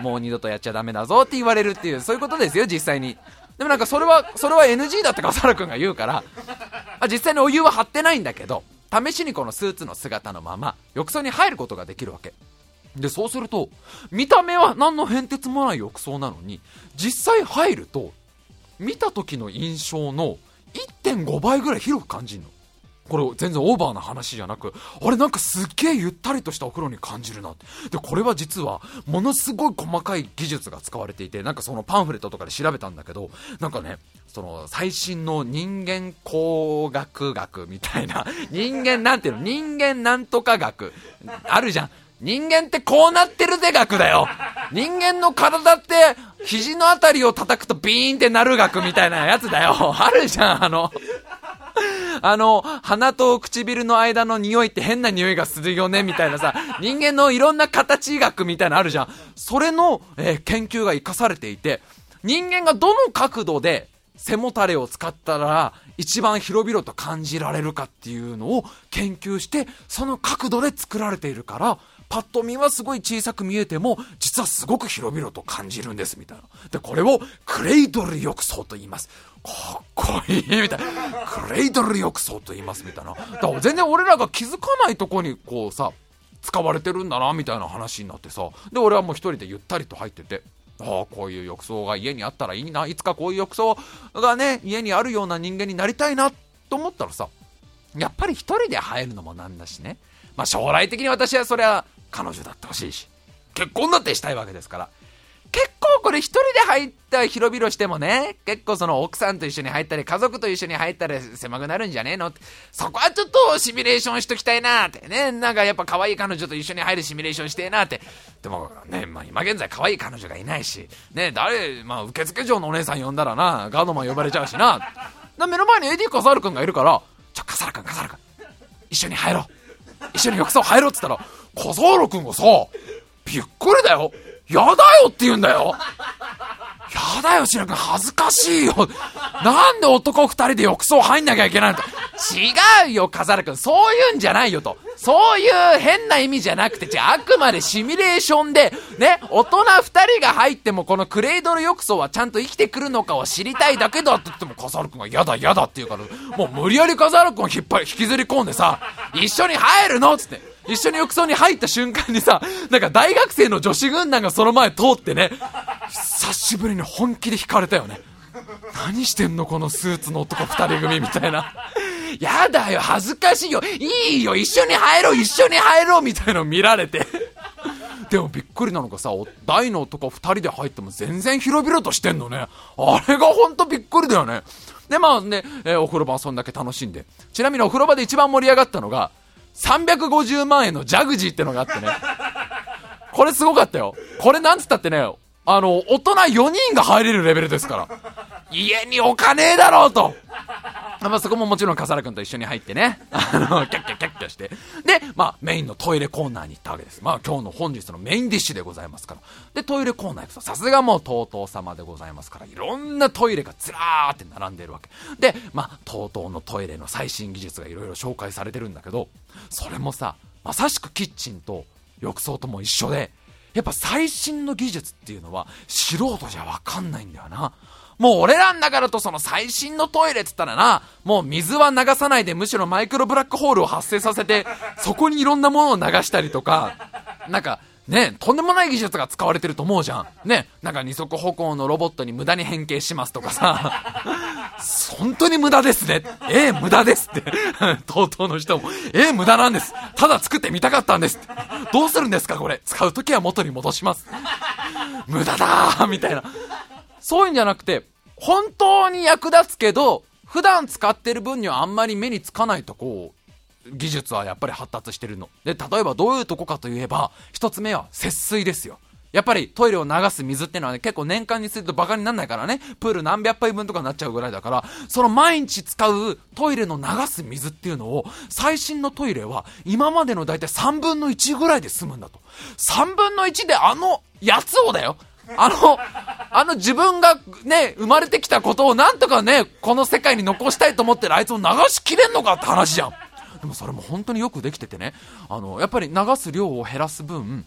もう二度とやっちゃダメだぞって言われるっていう、そういうことですよ実際に。でもなんかそれは NG だって笠原くんが言うから、実際にお湯は張ってないんだけど、試しにこのスーツの姿のまま浴槽に入ることができるわけで、そうすると見た目は何の変哲もない浴槽なのに、実際入ると見た時の印象の 1.5 倍ぐらい広く感じるの。これ全然オーバーな話じゃなく、あれなんかすっげえゆったりとしたお風呂に感じるなって。でこれは実はものすごい細かい技術が使われていて、なんかそのパンフレットとかで調べたんだけど、なんかね、その最新の人間工学学みたいな、人間なんていうの、人間なんとか学あるじゃん。人間ってこうなってるぜ学だよ。人間の体って肘のあたりを叩くとビーンってなる学みたいなやつだよ。あるじゃん。鼻と唇の間の匂いって変な匂いがするよねみたいなさ、人間のいろんな形学みたいなのあるじゃん。それの、研究が生かされていて、人間がどの角度で背もたれを使ったら一番広々と感じられるかっていうのを研究して、その角度で作られているから、パッと見はすごい小さく見えても実はすごく広々と感じるんですみたいな。でこれをクレイドル浴槽と言います。かっこいいみたいな。クレイドル浴槽と言いますみたいな。だから全然俺らが気づかないとこにこうさ使われてるんだなみたいな話になってさ、で俺はもう一人でゆったりと入ってて、こういう浴槽が家にあったらいいな、いつかこういう浴槽がね家にあるような人間になりたいなと思ったらさ、やっぱり一人で入るのもなんだしね、将来的に私はそりゃ彼女だってほしいし、結婚だってしたいわけですから、結構これ一人で入った広々してもね、結構その奥さんと一緒に入ったり家族と一緒に入ったら狭くなるんじゃねえのって、そこはちょっとシミュレーションしときたいなってね、なんかやっぱ可愛い彼女と一緒に入るシミュレーションしてえなって。でもね、今現在可愛い彼女がいないしね、受付嬢のお姉さん呼んだらなガードマン呼ばれちゃうしな。目の前に AD 笠原くんがいるから、笠原くん一緒に入ろう、一緒に浴槽入ろうって言ったら、笠原くんがさびっくりだよ、やだよって言うんだよ。やだよ白くん、恥ずかしいよ。なんで男二人で浴槽入んなきゃいけないのと。違うよ笠原くん、そういうんじゃないよと。そういう変な意味じゃなくて、あくまでシミュレーションでね、大人二人が入ってもこのクレイドル浴槽はちゃんと生きてくるのかを知りたいだけだって言っても、笠原くんがやだって言うから、もう無理やり笠原くんを引きずり込んでさ、一緒に入るのっつって、一緒に浴槽に入った瞬間にさ、なんか大学生の女子軍団がその前通ってね、久しぶりに本気で惹かれたよね。何してんのこのスーツの男二人組みたいな。やだよ恥ずかしいよ、いいよ一緒に入ろうみたいなの見られて。でもびっくりなのがさ、大の男二人で入っても全然広々としてんのね。あれがほんとびっくりだよね。でお風呂場はそんだけ楽しんで、ちなみにお風呂場で一番盛り上がったのが350万円のジャグジーってのがあってね、これすごかったよ。これなんつったってね、大人4人が入れるレベルですから、家にお金だろうと。そこももちろん笠原くんと一緒に入ってね、キャッキャして、でメインのトイレコーナーに行ったわけです。今日の本日のメインディッシュでございますから。でトイレコーナー行くとさすがもう TOTO 様でございますから、いろんなトイレがずらーって並んでいるわけで、TOTO のトイレの最新技術がいろいろ紹介されてるんだけど、それもさまさしくキッチンと浴槽とも一緒で、やっぱ最新の技術っていうのは素人じゃ分かんないんだよな。もう俺らんだからとその最新のトイレっつったらな、もう水は流さないでむしろマイクロブラックホールを発生させて、そこにいろんなものを流したりとか、なんかね、とんでもない技術が使われてると思うじゃんね。なんか二足歩行のロボットに無駄に変形しますとかさ本当に無駄ですね、無駄ですってTOTO の人も無駄なんです、ただ作ってみたかったんですって、どうするんですかこれ、使うときは元に戻します無駄だーみたいな。そういうんじゃなくて、本当に役立つけど普段使ってる分にはあんまり目につかないとこう技術はやっぱり発達してるので、例えばどういうとこかといえば、一つ目は節水ですよ。やっぱりトイレを流す水ってのはね、結構年間にするとバカになんないからね、プール何百杯分とかになっちゃうぐらいだから、その毎日使うトイレの流す水っていうのを最新のトイレは今までのだいたい3分の1ぐらいで済むんだと。3分の1でやつをだよ、自分がね生まれてきたことをなんとかねこの世界に残したいと思ってるあいつを流しきれんのかって話じゃん。でもそれも本当によくできててね、やっぱり流す量を減らす分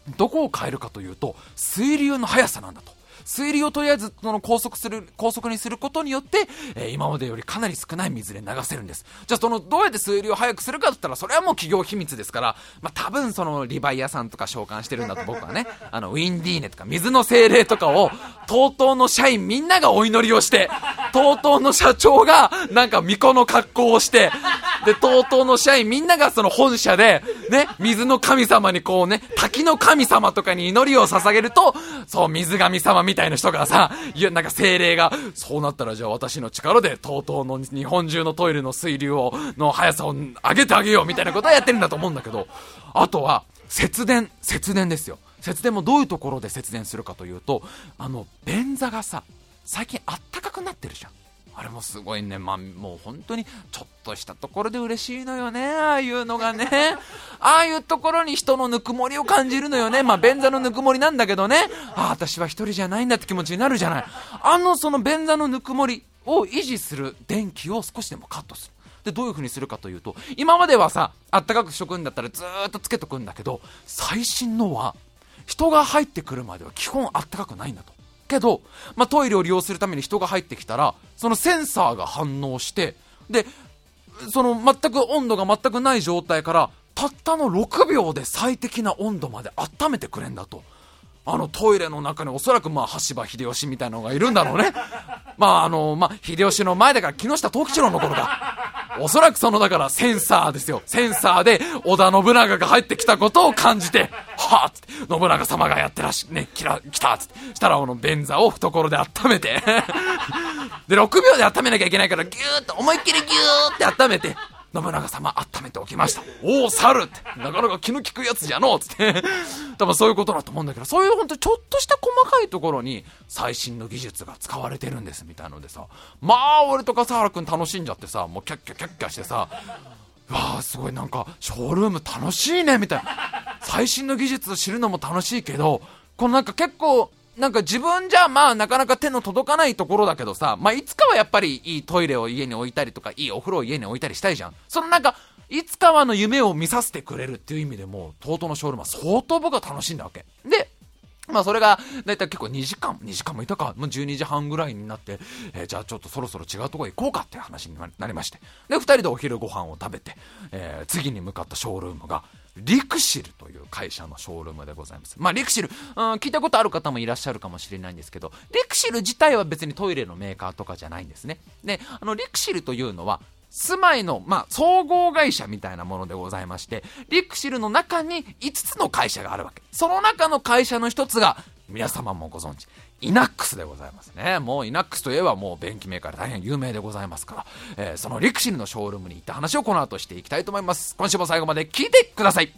どこを変えるかというと、水流の速さなんだと。水流をとりあえず高速にすることによって、今までよりかなり少ない水で流せるんです。じゃあどうやって水流を速くするかだったら、それはもう企業秘密ですから、多分リヴァイアさんとか召喚してるんだと僕はね、ウィンディーネとか水の精霊とかを TOTO の社員みんながお祈りをして、TOTO の社長がなんか巫女の格好をして、で TOTO の社員みんながその本社でね、水の神様にこうね、滝の神様とかに祈りを捧げると、そう水神様みたいな人がさ、なんか精霊が、そうなったらじゃあ私の力で TOTO の日本中のトイレの水流の速さを上げてあげようみたいなことをやってるんだと思うんだけど、あとは節電ですよ。節電もどういうところで節電するかというと、便座がさ、最近あったかくなってるじゃん。あれもすごいね、もう本当にちょっとしたところで嬉しいのよね、ああいうのがね。ああいうところに人のぬくもりを感じるのよね。便座のぬくもりなんだけどね、私は一人じゃないんだって気持ちになるじゃない。その便座のぬくもりを維持する電気を少しでもカットする。でどういう風にするかというと、今まではさ、あったかくしとくんだったらずーっとつけとくんだけど、最新のは人が入ってくるまでは基本あったかくないんだと。けど、トイレを利用するために人が入ってきたら、そのセンサーが反応して、で全く温度が全くない状態からたったの6秒で最適な温度まで温めてくれんだと。トイレの中におそらく羽柴秀吉みたいなのがいるんだろうね。秀吉の前だから木下藤吉郎の頃だ。おそらくだからセンサーですよ。センサーで織田信長が入ってきたことを感じて、はぁっつって、信長様がやってらっしゃね、来たっつって、したら便座を懐で温めて、で、6秒で温めなきゃいけないからギューッと思いっきりギューって温めて、信長様温めておきました。おお、猿って、なかなか気の利くやつじゃのうつって。多分そういうことだと思うんだけど、そういう本当にちょっとした細かいところに最新の技術が使われてるんですみたいなのでさ、俺と笠原くん楽しんじゃってさ、もうキャッキャキャッキャしてさ、わーすごいなんかショールーム楽しいねみたいな。最新の技術を知るのも楽しいけど、なんか結構なんか自分じゃなかなか手の届かないところだけどさ、いつかはやっぱりいいトイレを家に置いたりとか、いいお風呂を家に置いたりしたいじゃん。いつかはの夢を見させてくれるっていう意味でも、TOTOのショールームは相当僕は楽しんだわけで、それがだいたい結構2時間もいたか、もう12時半ぐらいになって、じゃあちょっとそろそろ違うところ行こうかっていう話になりまして、で2人でお昼ご飯を食べて、次に向かったショールームがリクシルという会社のショールームでございます。リクシル、聞いたことある方もいらっしゃるかもしれないんですけど、リクシル自体は別にトイレのメーカーとかじゃないんですね。で、リクシルというのは住まいの、総合会社みたいなものでございまして、リクシルの中に5つの会社があるわけ。その中の会社の一つが皆様もご存知、イナックスでございますね。もうイナックスといえばもう便器メーカーで大変有名でございますから、そのリクシルのショールームに行った話をこの後していきたいと思います。今週も最後まで聞いてください。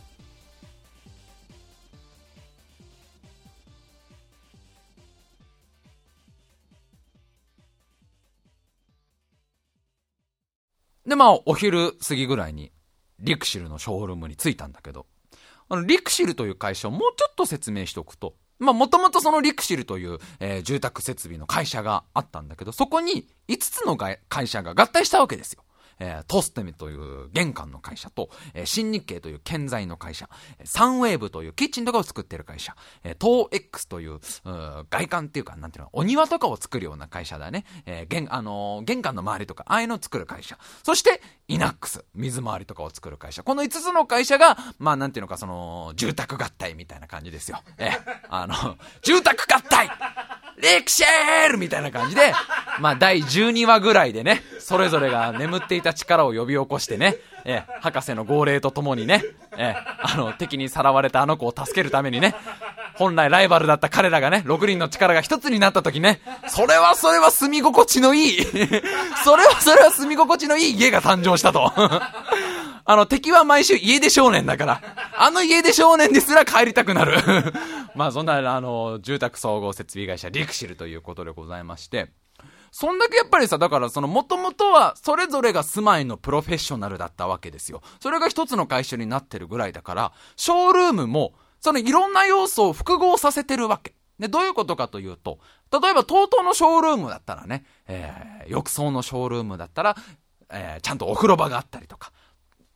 でお昼過ぎぐらいにリクシルのショールームに着いたんだけど、リクシルという会社をもうちょっと説明しておくと、もともとそのリクシルという、住宅設備の会社があったんだけど、そこに5つの会社が合体したわけですよ。トステムという玄関の会社と、新日経という建材の会社、サンウェーブというキッチンとかを作ってる会社、トー X という外観っていうかなんていうの、お庭とかを作るような会社だね。玄関の周りとかああいうのを作る会社、そしてイナックス、水回りとかを作る会社、この5つの会社がなんていうのか、その住宅合体みたいな感じですよ。住宅合体リクシェールみたいな感じで、第12話ぐらいでね、それぞれが眠っていた力を呼び起こしてね、博士の号令とともにね、敵にさらわれたあの子を助けるためにね、本来ライバルだった彼らがね、6人の力が一つになった時ね、それは住み心地のいいそれは住み心地のいい家が誕生したと敵は毎週家出少年だから、家出少年ですら帰りたくなるそんな住宅総合設備会社リクシルということでございまして、そんだけやっぱりさ、だからもともとはそれぞれが住まいのプロフェッショナルだったわけですよ。それが一つの会社になってるぐらいだから、ショールームもいろんな要素を複合させてるわけで、どういうことかというと、例えば TOTO のショールームだったらね、浴槽のショールームだったら、ちゃんとお風呂場があったりとか、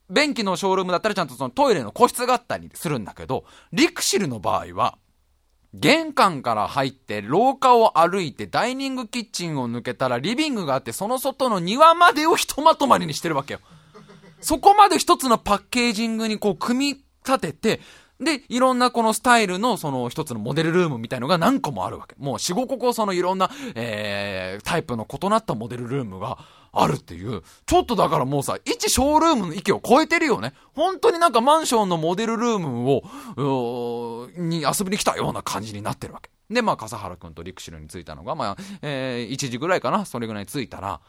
便器のショールームだったらちゃんとそのトイレの個室があったりするんだけど、リクシルの場合は、玄関から入って廊下を歩いてダイニングキッチンを抜けたらリビングがあって、その外の庭までをひとまとまりにしてるわけよ。そこまで一つのパッケージングにこう組み立てて、で、いろんなこのスタイルのその一つのモデルルームみたいのが何個もあるわけ。もう4、5個そのいろんな、タイプの異なったモデルルームがあるっていう。ちょっとだからもうさ、一ショールームの域を超えてるよね。本当になんかマンションのモデルルームを、に遊びに来たような感じになってるわけ。で、まあ、笠原くんとリクシルに着いたのが、まあ、1時ぐらいかな。それぐらいに着いたら、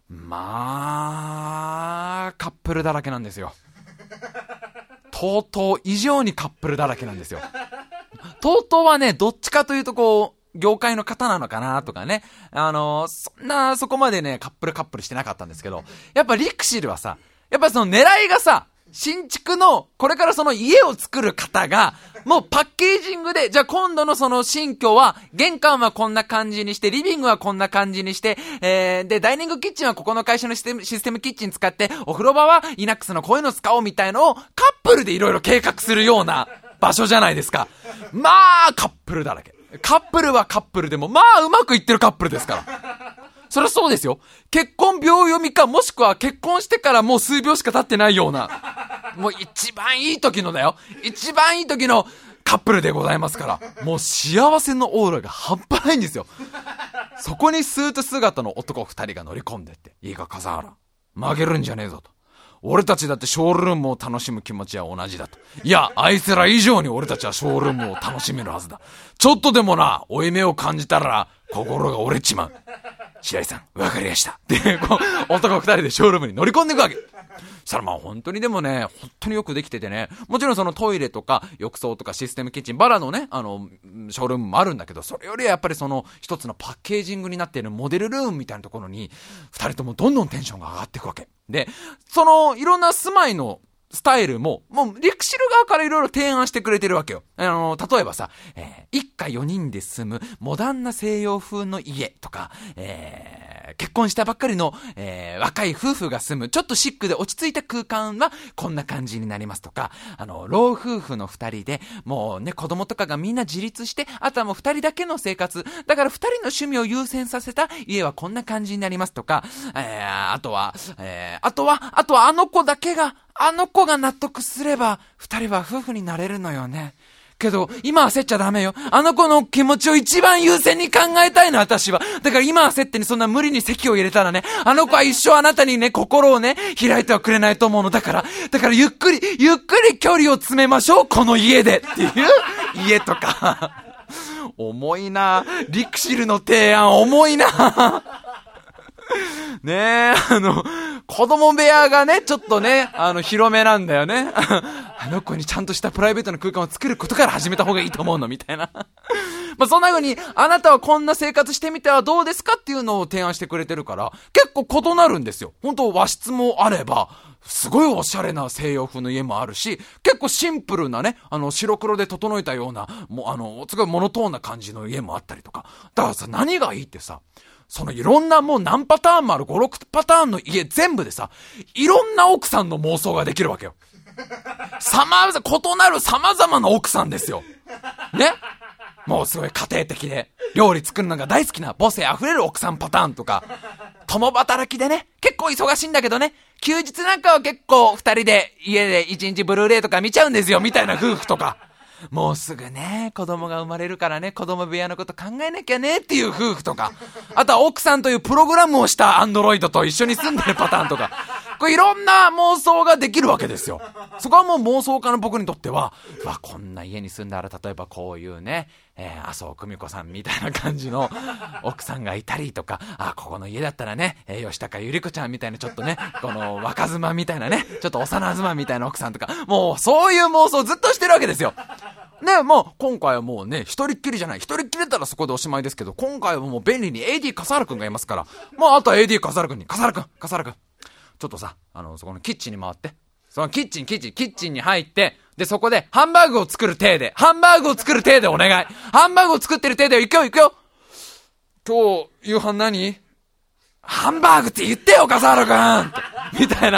まあ、カップルだらけなんですよ。TOTO以上にカップルだらけなんですよ。TOTOはね、どっちかというとこう、業界の方なのかなとかね。そこまでね、カップルしてなかったんですけど、やっぱリクシルはさ、やっぱその狙いがさ、新築の、これからその家を作る方が、もうパッケージングで、じゃあ今度のその新居は、玄関はこんな感じにして、リビングはこんな感じにして、で、ダイニングキッチンはここの会社のシステムキッチン使って、お風呂場はイナックスのこういうの使おうみたいのを、カップルでいろいろ計画するような場所じゃないですか。まあ、カップルだらけ。カップルはカップルでも、まあ、うまくいってるカップルですから。そりゃそうですよ。結婚秒読みか、もしくは結婚してからもう数秒しか経ってないような、もう一番いい時のだよ。一番いい時のカップルでございますから、もう幸せのオーラが半端ないんですよ。そこにスーツ姿の男二人が乗り込んでって、いいか笠原、曲げるんじゃねえぞと。俺たちだってショールームを楽しむ気持ちは同じだと。いや、あいつら以上に俺たちはショールームを楽しめるはずだ。ちょっとでもな、負い目を感じたら、心が折れちまう。白井さん、わかりやした。で、こう、男二人でショールームに乗り込んでいくわけ。そしたらまあ本当にでもね、本当によくできててね、もちろんそのトイレとか浴槽とかシステムキッチン、バラのね、ショールームもあるんだけど、それよりはやっぱりその一つのパッケージングになっているモデルルームみたいなところに、二人ともどんどんテンションが上がっていくわけ。で、そのいろんな住まいのスタイルも、もう、リクシル側からいろいろ提案してくれてるわけよ。例えばさ、一家4人で住むモダンな西洋風の家とか、結婚したばっかりの、若い夫婦が住む、ちょっとシックで落ち着いた空間は、こんな感じになりますとか、老夫婦の2人で、もうね、子供とかがみんな自立して、あとはもう2人だけの生活、だから2人の趣味を優先させた家はこんな感じになりますとか、あとはあの子だけが、あの子が納得すれば、二人は夫婦になれるのよね。けど、今焦っちゃダメよ。あの子の気持ちを一番優先に考えたいの、私は。だから今焦ってにそんな無理に席を入れたらね、あの子は一生あなたにね、心をね、開いてはくれないと思うの。だからゆっくり距離を詰めましょう、この家で。っていう家とか。重いな。リクシルの提案重いな。ねえ、子供部屋がね、ちょっとね、広めなんだよね。あの子にちゃんとしたプライベートな空間を作ることから始めた方がいいと思うの、みたいな。まあ、そんな風に、あなたはこんな生活してみてはどうですかっていうのを提案してくれてるから、結構異なるんですよ。本当和室もあれば、すごいおしゃれな西洋風の家もあるし、結構シンプルなね、白黒で整えたような、すごいモノトーンな感じの家もあったりとか。だからさ、何がいいってさ、そのいろんなもう何パターンもある5、6パターンの家全部でさ、いろんな奥さんの妄想ができるわけよ。異なる様々な奥さんですよ。ね？もうすごい家庭的で、料理作るのが大好きな母性溢れる奥さんパターンとか、共働きでね、結構忙しいんだけどね、休日なんかは結構二人で家で一日ブルーレイとか見ちゃうんですよ、みたいな夫婦とか。もうすぐね、子供が生まれるからね、子供部屋のこと考えなきゃねっていう夫婦とか、あとは奥さんというプログラムをしたアンドロイドと一緒に住んでるパターンとか、これいろんな妄想ができるわけですよ。そこはもう妄想家の僕にとっては、こんな家に住んだら例えばこういうね、麻生久美子さんみたいな感じの奥さんがいたりとか、ここの家だったらね、吉高由里子ちゃんみたいなちょっとね、この若妻みたいなね、ちょっと幼妻みたいな奥さんとか、もうそういう妄想をずっとしてるわけですよ。ね、もう今回はもうね、一人っきりじゃない。一人っきりだったらそこでおしまいですけど、今回はもう便利に AD 笠原くんがいますから、もうあとは AD 笠原くんに、笠原くん、ちょっとさ、そこのキッチンに回って、そのキッチンに入って、で、そこでハンバーグを作る体でお願い。ハンバーグを作ってる体で、行くよ。今日、夕飯何？ハンバーグって言ってよ、笠原くんみたいな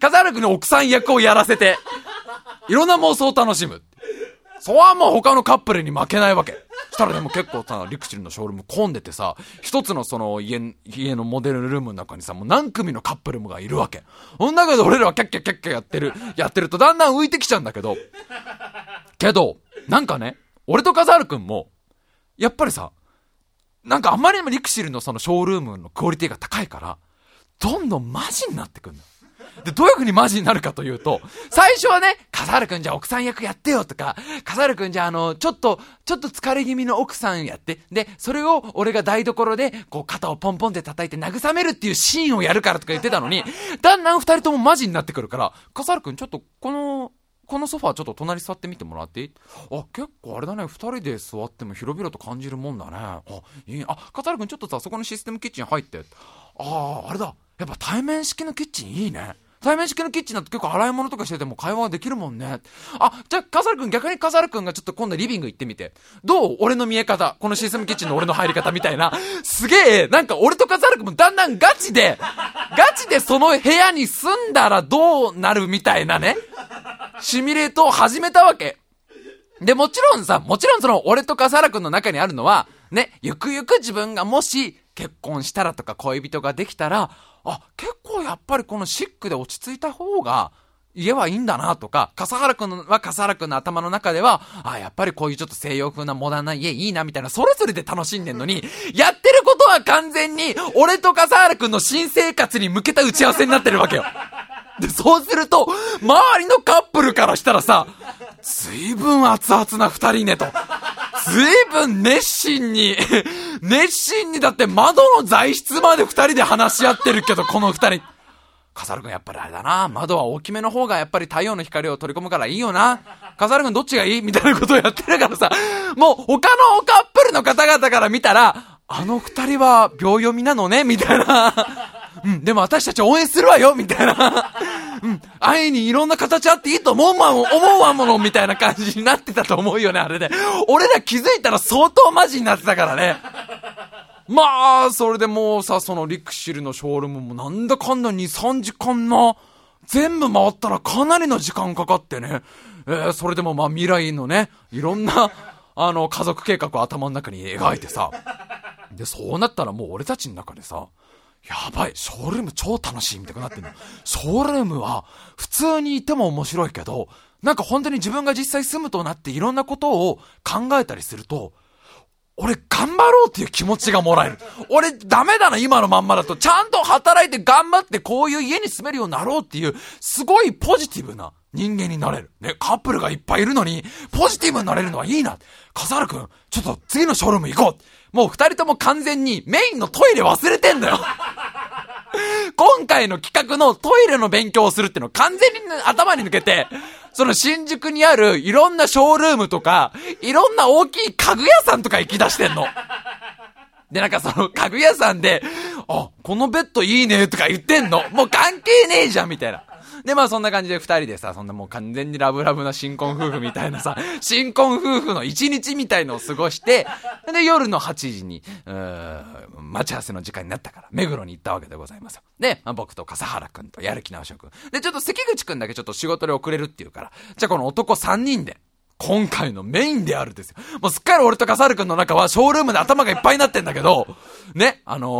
笠原くんに奥さん役をやらせて、いろんな妄想を楽しむ。それはもう他のカップルに負けないわけ。したらでも結構さ、リクシルのショールーム混んでてさ、一つのその家のモデルルームの中にさ、もう何組のカップルもがいるわけ。その中で俺らはキャッキャキャッキャやってるとだんだん浮いてきちゃうんだけど、なんかね、俺と笠原くんも、やっぱりさ、なんかあんまりにもリクシルのそのショールームのクオリティが高いから、どんどんマジになってくんの。で、どういう風にマジになるかというと、最初はね、笠原くんじゃあ奥さん役やってよとか、笠原くんじゃあちょっと疲れ気味の奥さんやって、で、それを俺が台所で、こう肩をポンポンって叩いて慰めるっていうシーンをやるからとか言ってたのに、だんだん二人ともマジになってくるから、笠原くんちょっとこのソファーちょっと隣座ってみてもらっていい？あ、結構あれだね、二人で座っても広々と感じるもんだね。あ、いいね。あ、笠原くんちょっとさ、そこのシステムキッチン入って。あれだ。やっぱ対面式のキッチンいいね。対面式のキッチンだと結構洗い物とかしてても会話ができるもんね。あ、じゃあ笠原くん、逆に笠原くんがちょっと今度リビング行ってみて。どう？俺の見え方。このシステムキッチンの俺の入り方みたいな。すげえ、なんか俺と笠原くんもだんだんガチでその部屋に住んだらどうなるみたいなね。シミュレートを始めたわけ。で、もちろんその俺と笠原くんの中にあるのは、ね、ゆくゆく自分がもし結婚したらとか恋人ができたら、あ、結構やっぱりこのシックで落ち着いた方が家はいいんだなとか、笠原くんは笠原くんの頭の中では、あ、やっぱりこういうちょっと西洋風なモダンな家いいなみたいな、それぞれで楽しんでんのに、やってることは完全に俺と笠原くんの新生活に向けた打ち合わせになってるわけよ。で、そうすると、周りのカップルからしたらさ、ずいぶん熱々な二人ねと。ずいぶん熱心にだって窓の材質まで二人で話し合ってるけど、この二人。笠原くんやっぱりあれだな、窓は大きめの方がやっぱり太陽の光を取り込むからいいよな。笠原くんどっちがいいみたいなことをやってるからさ、もう他のカップルの方々から見たら、あの二人は秒読みなのねみたいな。うん、でも私たち応援するわよみたいな。うん、愛にいろんな形あっていいと思うわものみたいな感じになってたと思うよね、あれで。俺ら気づいたら相当マジになってたからね。まあ、それでもうさ、そのリクシルのショールームもなんだかんだ2、3時間な。全部回ったらかなりの時間かかってね。それでもまあ未来のね、いろんな、家族計画を頭の中に描いてさ。で、そうなったらもう俺たちの中でさ、やばい、ショールーム超楽しいみたいになってんの。ショールームは普通にいても面白いけど、なんか本当に自分が実際住むとなっていろんなことを考えたりすると、俺頑張ろうっていう気持ちがもらえる。俺ダメだな今のまんまだと。ちゃんと働いて頑張ってこういう家に住めるようになろうっていうすごいポジティブな人間になれる。ね、カップルがいっぱいいるのにポジティブになれるのはいいな。笠原くん、ちょっと次のショールーム行こう。もう二人とも完全にメインのトイレ忘れてんだよ。今回の企画のトイレの勉強をするってのを完全に頭に抜けて、その新宿にあるいろんなショールームとか、いろんな大きい家具屋さんとか行き出してんの。で、なんかその家具屋さんで、あ、このベッドいいねとか言ってんの。もう関係ねえじゃんみたいな。で、まあそんな感じで二人でさ、そんなもう完全にラブラブな新婚夫婦みたいなさ、新婚夫婦の一日みたいのを過ごして、で、夜の8時に、待ち合わせの時間になったから、目黒に行ったわけでございますよ。で、まあ、僕と笠原くんとやる気直しくん。で、ちょっと関口くんだけちょっと仕事で遅れるっていうから、じゃあこの男3人で、今回のメインであるですよ。もうすっかり俺と笠原くんの中はショールームで頭がいっぱいになってんだけど、ね、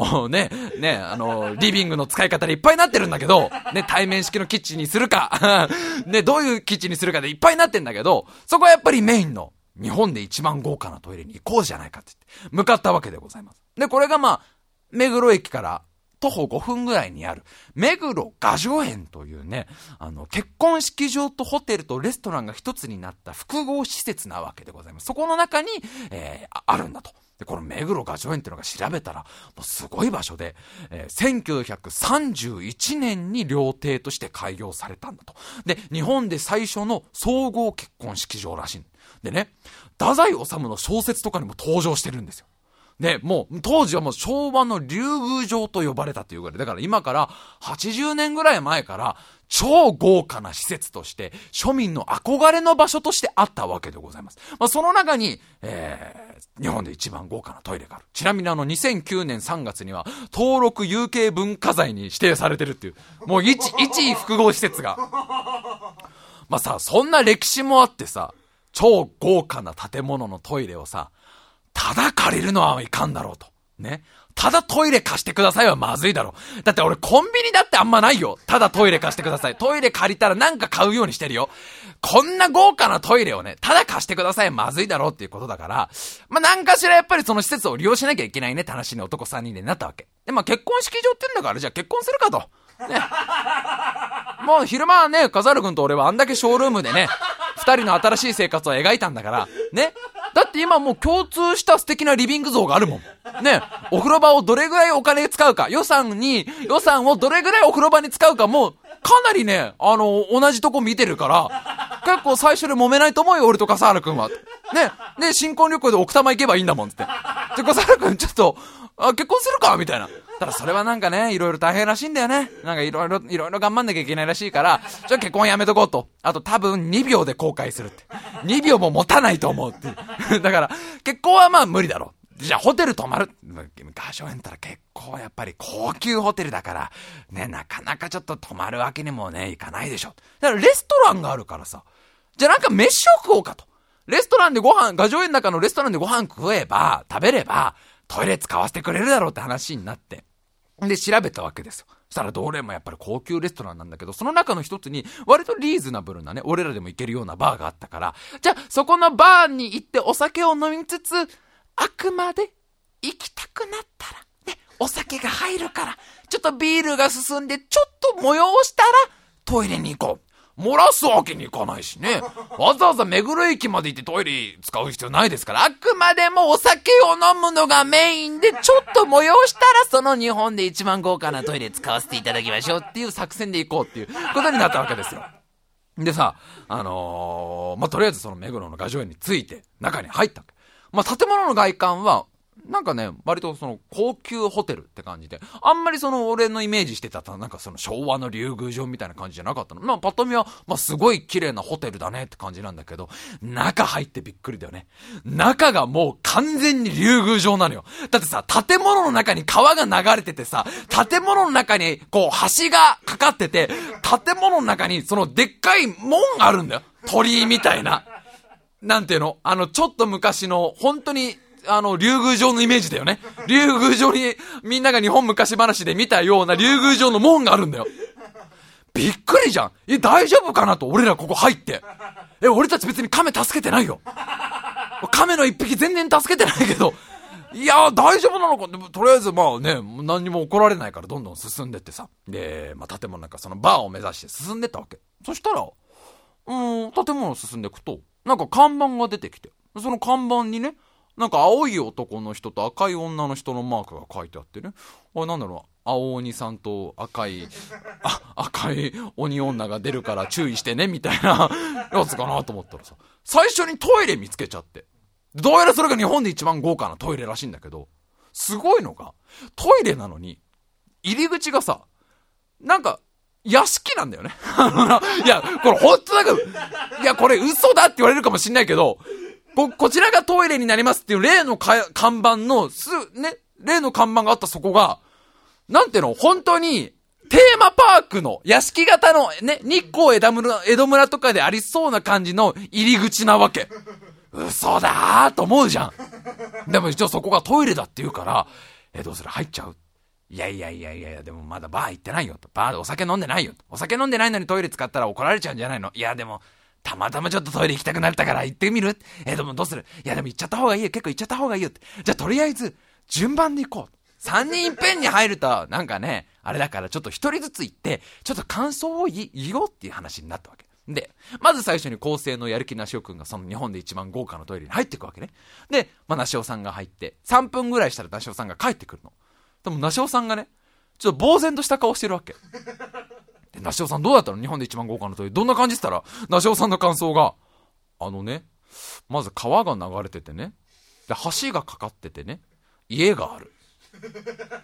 リビングの使い方でいっぱいになってるんだけど、ね、対面式のキッチンにするか、ね、どういうキッチンにするかでいっぱいになってんだけど、そこはやっぱりメインの日本で一番豪華なトイレに行こうじゃないかって言って、向かったわけでございます。で、これがまあ、目黒駅から徒歩5分ぐらいにある目黒雅叙園というね、結婚式場とホテルとレストランが一つになった複合施設なわけでございます。そこの中に、あるんだと。で、この目黒雅叙園っていうのが調べたら、もうすごい場所で、1931年に料亭として開業されたんだと。で、日本で最初の総合結婚式場らしい。でね、太宰治の小説とかにも登場してるんですよ。で、もう、当時はもう昭和の竜宮城と呼ばれたというぐらい。だから今から80年ぐらい前から、 超豪華な施設として、庶民の憧れの場所としてあったわけでございます。その中に、日本で一番豪華なトイレがある。ちなみに2009年3月には、登録有形文化財に指定されてるっていう、もう一位複合施設が。さ、そんな歴史もあってさ、超豪華な建物のトイレをさ、ただ借りるのはいかんだろうと。ね。ただトイレ貸してくださいはまずいだろ。だって俺コンビニだってあんまないよ。ただトイレ貸してください。トイレ借りたらなんか買うようにしてるよ。こんな豪華なトイレをね、ただ貸してくださいはまずいだろうっていうことだから、なんかしらやっぱりその施設を利用しなきゃいけないねって話に男3人でなったわけ。で、結婚式場って言うんだから、じゃあ結婚するかと。ね。もう昼間はね、笠原くんと俺はあんだけショールームでね、二人の新しい生活を描いたんだから、ね。だって今もう共通した素敵なリビング像があるもん。ね。お風呂場をどれぐらいお金使うか、予算をどれぐらいお風呂場に使うか、もう、かなりね、同じとこ見てるから、結構最初で揉めないと思うよ、俺と笠原くんは。ね。で、新婚旅行で奥多摩行けばいいんだもん、つって。で、笠原くんちょっと、結婚するかみたいな。ただそれはなんかね、いろいろ大変らしいんだよね。なんかいろいろ頑張んなきゃいけないらしいから、じゃあ結婚やめとこうと。あと多分2秒で後悔するって。2秒も持たないと思うって。だから、結婚は無理だろう。じゃあホテル泊まる。画商園ったら結構やっぱり高級ホテルだから、ね、なかなかちょっと泊まるわけにもね、いかないでしょ。だからレストランがあるからさ。じゃあなんか飯を食おうかと。レストランで画商園の中のレストランでご飯食べれば、トイレ使わせてくれるだろうって話になって。で、調べたわけですよ。そしたらどれもやっぱり高級レストランなんだけど、その中の一つに割とリーズナブルなね、俺らでも行けるようなバーがあったから、じゃあそこのバーに行ってお酒を飲みつつ、あくまで行きたくなったら、ね、お酒が入るから、ちょっとビールが進んで、ちょっと催したら、トイレに行こう。漏らすわけにいかないしね。わざわざ目黒駅まで行ってトイレ使う必要ないですから、あくまでもお酒を飲むのがメインで、ちょっと催したらその日本で一番豪華なトイレ使わせていただきましょうっていう作戦で行こうっていうことになったわけですよ。でさ、とりあえずその目黒の画商園に着いて中に入ったわけ。建物の外観はなんかね、割とその高級ホテルって感じで、あんまりその俺のイメージしてたなんかその昭和の竜宮城みたいな感じじゃなかったの。パッと見はすごい綺麗なホテルだねって感じなんだけど、中入ってびっくりだよね。中がもう完全に竜宮城なのよ。だってさ、建物の中に川が流れててさ、建物の中にこう橋がかかってて、建物の中にそのでっかい門があるんだよ。鳥居みたいな。なんていうの？ちょっと昔の本当に竜宮城のイメージだよね。竜宮城にみんなが日本昔話で見たような竜宮城の門があるんだよ。びっくりじゃん。大丈夫かなと、俺らここ入って。俺たち別に亀助けてないよ。亀の一匹全然助けてないけど、いや大丈夫なのか。でもとりあえず何にも怒られないからどんどん進んでってさ。で、建物なんかそのバーを目指して進んでったわけ。そしたら、建物を進んでいくと、なんか看板が出てきて、その看板にね、なんか青い男の人と赤い女の人のマークが書いてあってね。なんだろう、青鬼さんと赤い鬼女が出るから注意してね、みたいなやつかなと思ったらさ、最初にトイレ見つけちゃって。どうやらそれが日本で一番豪華なトイレらしいんだけど、すごいのが、トイレなのに、入り口がさ、なんか、屋敷なんだよね。いや、これほんといや、これ嘘だって言われるかもしんないけど、こちらがトイレになりますっていう例の看板の例の看板があったそこが、なんていうの、本当にテーマパークの屋敷型のね、日光江戸村とかでありそうな感じの入り口なわけ。嘘だーと思うじゃん。でも一応そこがトイレだって言うから、どうする？入っちゃう？いや、でもまだバー行ってないよと。バーでお酒飲んでないよと。お酒飲んでないのにトイレ使ったら怒られちゃうんじゃないの？いや、でも、たまたまちょっとトイレ行きたくなったから行ってみる？でもどうする？いやでも行っちゃった方がいいよ。結構行っちゃった方がいいよって。じゃあとりあえず、順番で行こう。3人いっぺんに入ると、なんかね、あれだからちょっと一人ずつ行って、ちょっと感想を言おうっていう話になったわけ。で、まず最初に構成のやる気なしおくんがその日本で一番豪華なトイレに入っていくわけね。で、なしおさんが入って、3分ぐらいしたらなしおさんが帰ってくるの。でもなしおさんがね、ちょっと呆然とした顔してるわけ。で、なしおさんどうだったの？日本で一番豪華なトイレ。どんな感じって言ったら、なしおさんの感想が、まず川が流れててね。で、橋がかかっててね。家がある。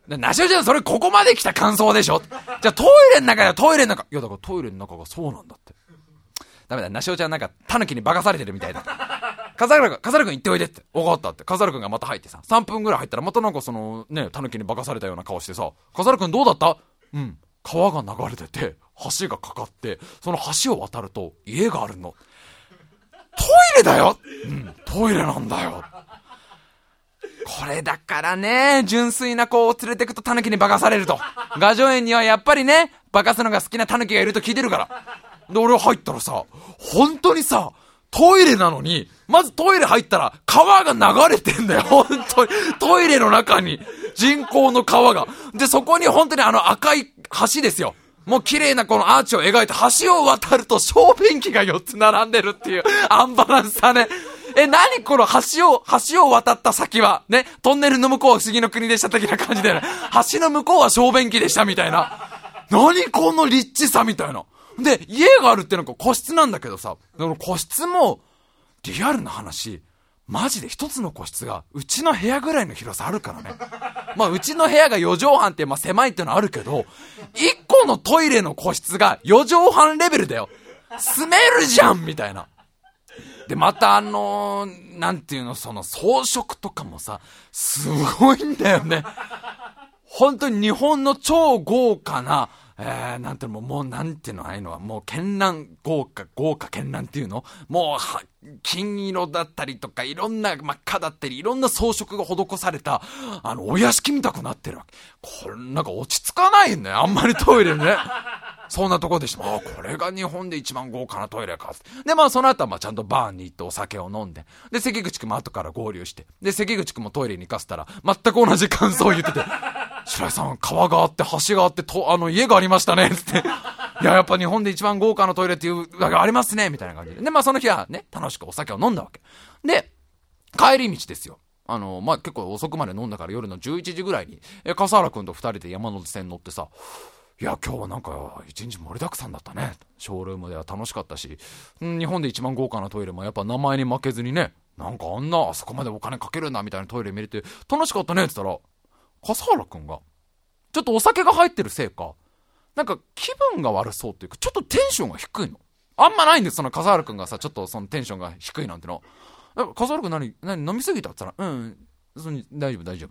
なしおちゃんそれここまで来た感想でしょ。じゃあトイレの中だよ、トイレの中。いやだからトイレの中がそうなんだって。ダメだ、なしおちゃんなんかタヌキに化かされてるみたいだ。笠原くん行っておいでって。分かったって。笠原くんがまた入ってさ、3分ぐらい入ったらまたなんかそのね、タヌキに化かされたような顔してさ、笠原くんどうだった？うん。川が流れてて、橋がかかって、その橋を渡ると家があるの。トイレだよ。うん、トイレなんだよ。これだからね、純粋な子を連れてくとタヌキに化かされると。雅叙園にはやっぱりね、化かすのが好きなタヌキがいると聞いてるから。で、俺入ったらさ、本当にさ、トイレなのに、まずトイレ入ったら川が流れてんだよ。本当に。トイレの中に人工の川が。で、そこに本当に赤い橋ですよ。もう綺麗なこのアーチを描いて橋を渡ると小便器が4つ並んでるっていうアンバランスさね。何この橋を渡った先は、ね、トンネルの向こうは不思議の国でした的な感じでね、橋の向こうは小便器でしたみたいな。何この立地さみたいな。で、家があるってのが個室なんだけどさ、その個室も、リアルな話、マジで一つの個室が、うちの部屋ぐらいの広さあるからね。まあ、うちの部屋が4畳半って、まあ、狭いってのはあるけど、1個のトイレの個室が4畳半レベルだよ。住めるじゃんみたいな。で、またなんていうの、その装飾とかもさ、すごいんだよね。本当に日本の超豪華な、なんていうの、もうなんていうの、ああいうのは、もう絢爛、豪華絢爛っていうのもう、金色だったりとか、いろんな真っ赤だったり、いろんな装飾が施された、お屋敷みたくなってるわけ。これ、なんか落ち着かないね。あんまりトイレね。そんなとこでした。これが日本で一番豪華なトイレか。で、まあその後はちゃんとバーに行ってお酒を飲んで、で、関口くんも後から合流して、で、関口くんもトイレに行かせたら、全く同じ感想を言ってて、白井さん、川があって、橋があって、家がありましたね、つって。いや、やっぱ日本で一番豪華なトイレっていうのがありますね、みたいな感じで。で、まあその日はね、楽しくお酒を飲んだわけ。で、帰り道ですよ。まあ結構遅くまで飲んだから夜の11時ぐらいに、笠原くんと2人で山手線乗ってさ、いや、今日はなんか一日盛りだくさんだったね。ショールームでは楽しかったし、日本で一番豪華なトイレもやっぱ名前に負けずにね、なんかあそこまでお金かけるんだみたいなトイレ見れて楽しかったねって言ったら、笠原くんが、ちょっとお酒が入ってるせいか、なんか気分が悪そうっていうか、ちょっとテンションが低いの。あんまないんです、その笠原くんがさ、ちょっとそのテンションが低いなんての。笠原くん何飲みすぎたって言ったら、大丈夫って。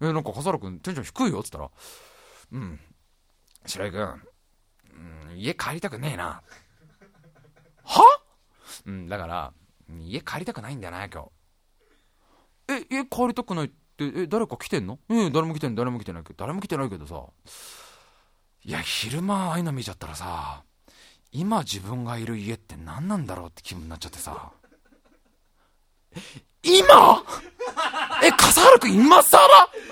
なんか笠原くんテンション低いよって言ったら、白井くん、家帰りたくねえな。は？だから、家帰りたくないんだよな、今日。家帰りたくないって、誰か来てんの？誰も来てないけどさ。いや、昼間ああいうの見ちゃったらさ、今自分がいる家って何なんだろうって気分になっちゃってさ。今？笠原くん今更？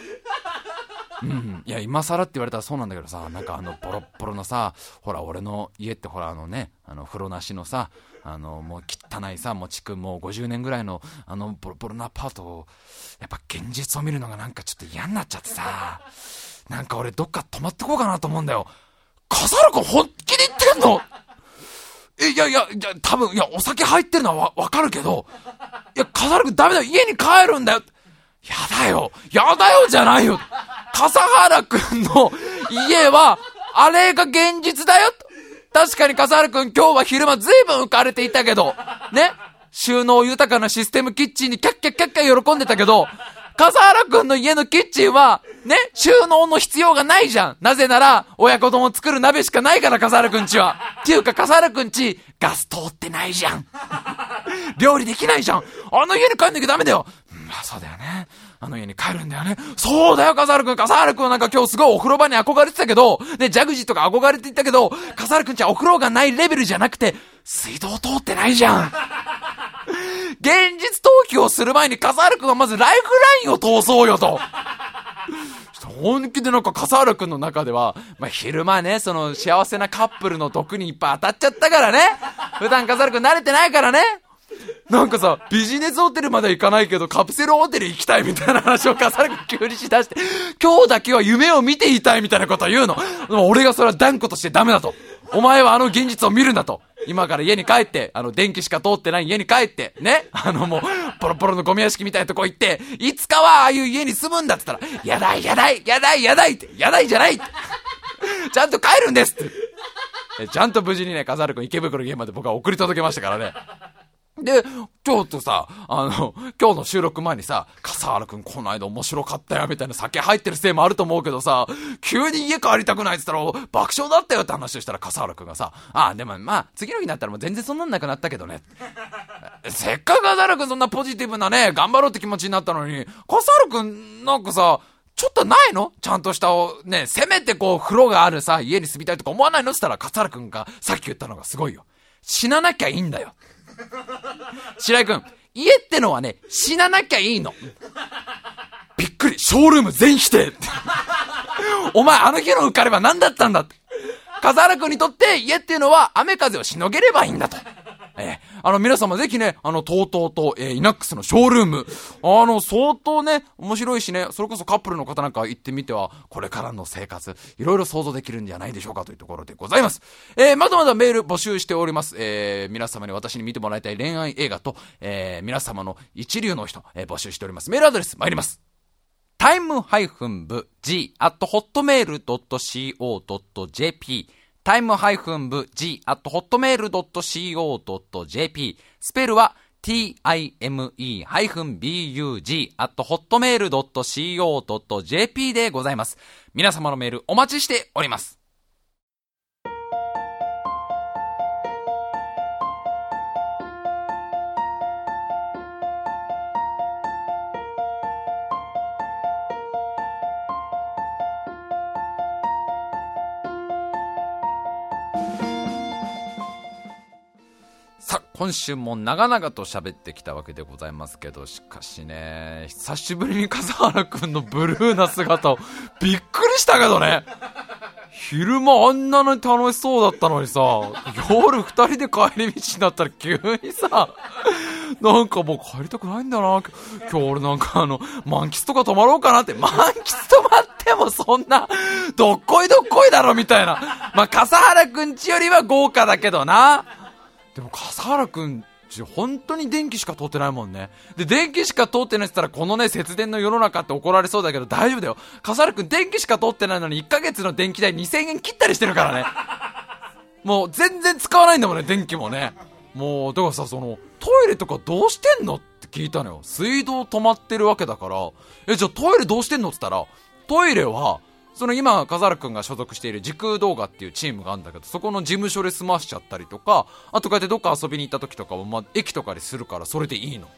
いや、今更って言われたらそうなんだけどさ、なんかボロッボロのさ、ほら、俺の家ってほら風呂なしのさ、もう汚いさ、もう築もう50年ぐらいの、ボロボロなアパートを、やっぱ現実を見るのがなんかちょっと嫌になっちゃってさ、なんか俺どっか泊まってこうかなと思うんだよ。笠原くん本気で言ってんの？いや、多分、お酒入ってるのはわかるけど、いや、笠原くんダメだよ、家に帰るんだよ。やだよじゃないよ。笠原くんの家は、あれが現実だよ。確かに笠原くん今日は昼間ずいぶん浮かれていたけど、ね。収納豊かなシステムキッチンにキャッキャ喜んでたけど、笠原くんの家のキッチンは、ね、収納の必要がないじゃん。なぜなら、親子丼を作る鍋しかないから、笠原くんちは。っていうか、笠原くんち、ガス通ってないじゃん。料理できないじゃん。あの家に帰んなきゃダメだよ。そうだよね。あの家に帰るんだよね。そうだよ、笠原くんはなんか今日すごいお風呂場に憧れてたけど、ね、ジャグジーとか憧れていったけど、笠原くんちはお風呂がないレベルじゃなくて、水道通ってないじゃん。現実逃避をする前に笠原くんはまずライフラインを通そうよと。本気でなんか笠原くんの中では、昼間ね、その幸せなカップルの毒にいっぱい当たっちゃったからね。普段笠原くん慣れてないからね。なんかさ、ビジネスホテルまで行かないけどカプセルホテル行きたいみたいな話を笠原くん急にしだして、今日だけは夢を見ていたいみたいなことを言うの。でも俺がそれは断固としてダメだと。お前は現実を見るんだと。 今から家に帰って、電気しか通ってない家に帰って、ね、もう、ポロポロのゴミ屋敷みたいなとこ行って、いつかはああいう家に住むんだって言ったら、やだいって、やだいじゃないって。ちゃんと帰るんですって。ちゃんと無事にね、笠原くん池袋家まで僕は送り届けましたからね。で、ちょっとさ、今日の収録前にさ、笠原くんこの間面白かったよみたいな酒入ってるせいもあると思うけどさ、急に家帰りたくないって言ったら爆笑だったよって話をしたら笠原くんがさ、でもまあ次の日になったらもう全然そんなんなくなったけどね。せっかく笠原くんそんなポジティブなね、頑張ろうって気持ちになったのに、笠原くんなんかさ、ちょっとないの？ちゃんとしたね、せめてこう風呂があるさ、家に住みたいとか思わないのって言ったら笠原くんがさっき言ったのがすごいよ。死ななきゃいいんだよ。白井くん、家ってのはね、死ななきゃいいの。びっくり、ショールーム全否定って。お前あの日の浮かれば何だったんだって。笠原くんにとって家っていうのは雨風をしのげればいいんだと。皆様ぜひね、TOTOと、イナックスのショールーム、相当ね、面白いしね、それこそカップルの方なんか行ってみては、これからの生活、いろいろ想像できるんじゃないでしょうかというところでございます。まだまだメール募集しております。皆様に私に見てもらいたい恋愛映画と、皆様の一流の人、募集しております。メールアドレス参ります。time-v@hotmail.co.jp time-bug@hotmail.co.jp スペルは time-bug@hotmail.co.jp でございます。皆様のメールお待ちしております。さあ、今週も長々と喋ってきたわけでございますけど、しかしね、久しぶりに笠原くんのブルーな姿をびっくりしたけどね。昼間あんなのに楽しそうだったのにさ、夜二人で帰り道になったら急にさ、なんかもう帰りたくないんだな。今日俺なんか満喫とか泊まろうかなって。満喫泊まってもそんな、どっこいどっこいだろみたいな。まあ、笠原くんちよりは豪華だけどな。でも笠原くんち本当に電気しか通ってないもんね。で、電気しか通ってないって言ったらこのね、節電の世の中って怒られそうだけど大丈夫だよ。笠原くん電気しか通ってないのに1ヶ月の電気代2000円切ったりしてるからね。もう全然使わないんだもんね、電気もね。もうだからさ、トイレとかどうしてんのって聞いたのよ。水道止まってるわけだから、じゃあトイレどうしてんのって言ったら、トイレは今笠原くんが所属している時空動画っていうチームがあるんだけど、そこの事務所で済ましちゃったりとか、あとこうやってどっか遊びに行った時とかも、駅とかでするからそれでいいの。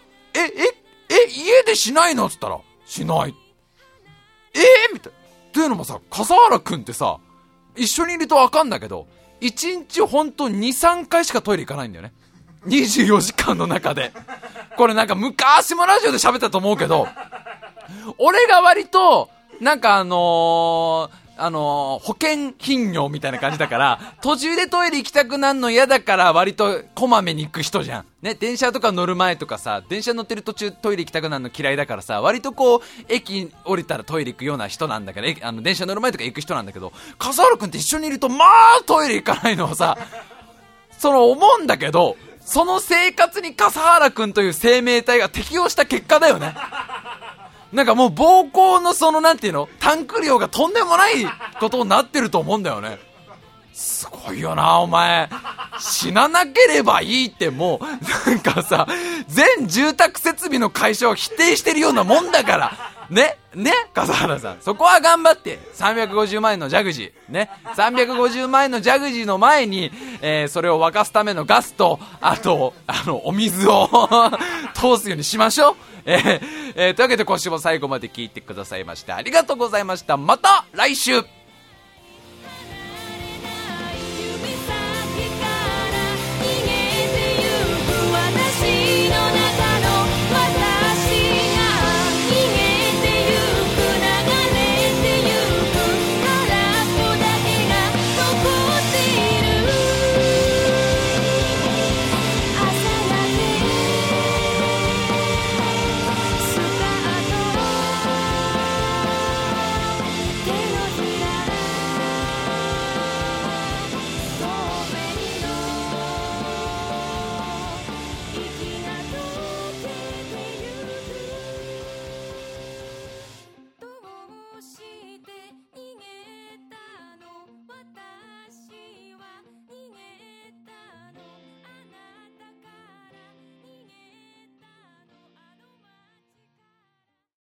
家でしないのって言ったらしない。みたいな。っていうのもさ、笠原くんってさ、一緒にいるとわかんだけど、1日ほんと 2,3 回しかトイレ行かないんだよね。24時間の中で。これなんか昔もラジオで喋ったと思うけど、俺が割となんか保険頻尿みたいな感じだから、途中でトイレ行きたくなるの嫌だから割とこまめに行く人じゃん。ね、電車とか乗る前とかさ、電車乗ってる途中トイレ行きたくなるの嫌いだからさ、割とこう、駅降りたらトイレ行くような人なんだけど、電車乗る前とか行く人なんだけど、笠原くんって一緒にいるとまあトイレ行かないのはさ、思うんだけど、その生活に笠原くんという生命体が適応した結果だよね。なんかもう膀胱のなんていうの、タンク量がとんでもないことになってると思うんだよね。すごいよなお前。死ななければいいってもうなんかさ、全住宅設備の会社を否定してるようなもんだからね笠原さん、そこは頑張って350万円のジャグジーね、350万円のジャグジーの前に、それを沸かすためのガスと、あとお水を通すようにしましょう。というわけで今週も最後まで聞いてくださいましてありがとうございました。また来週。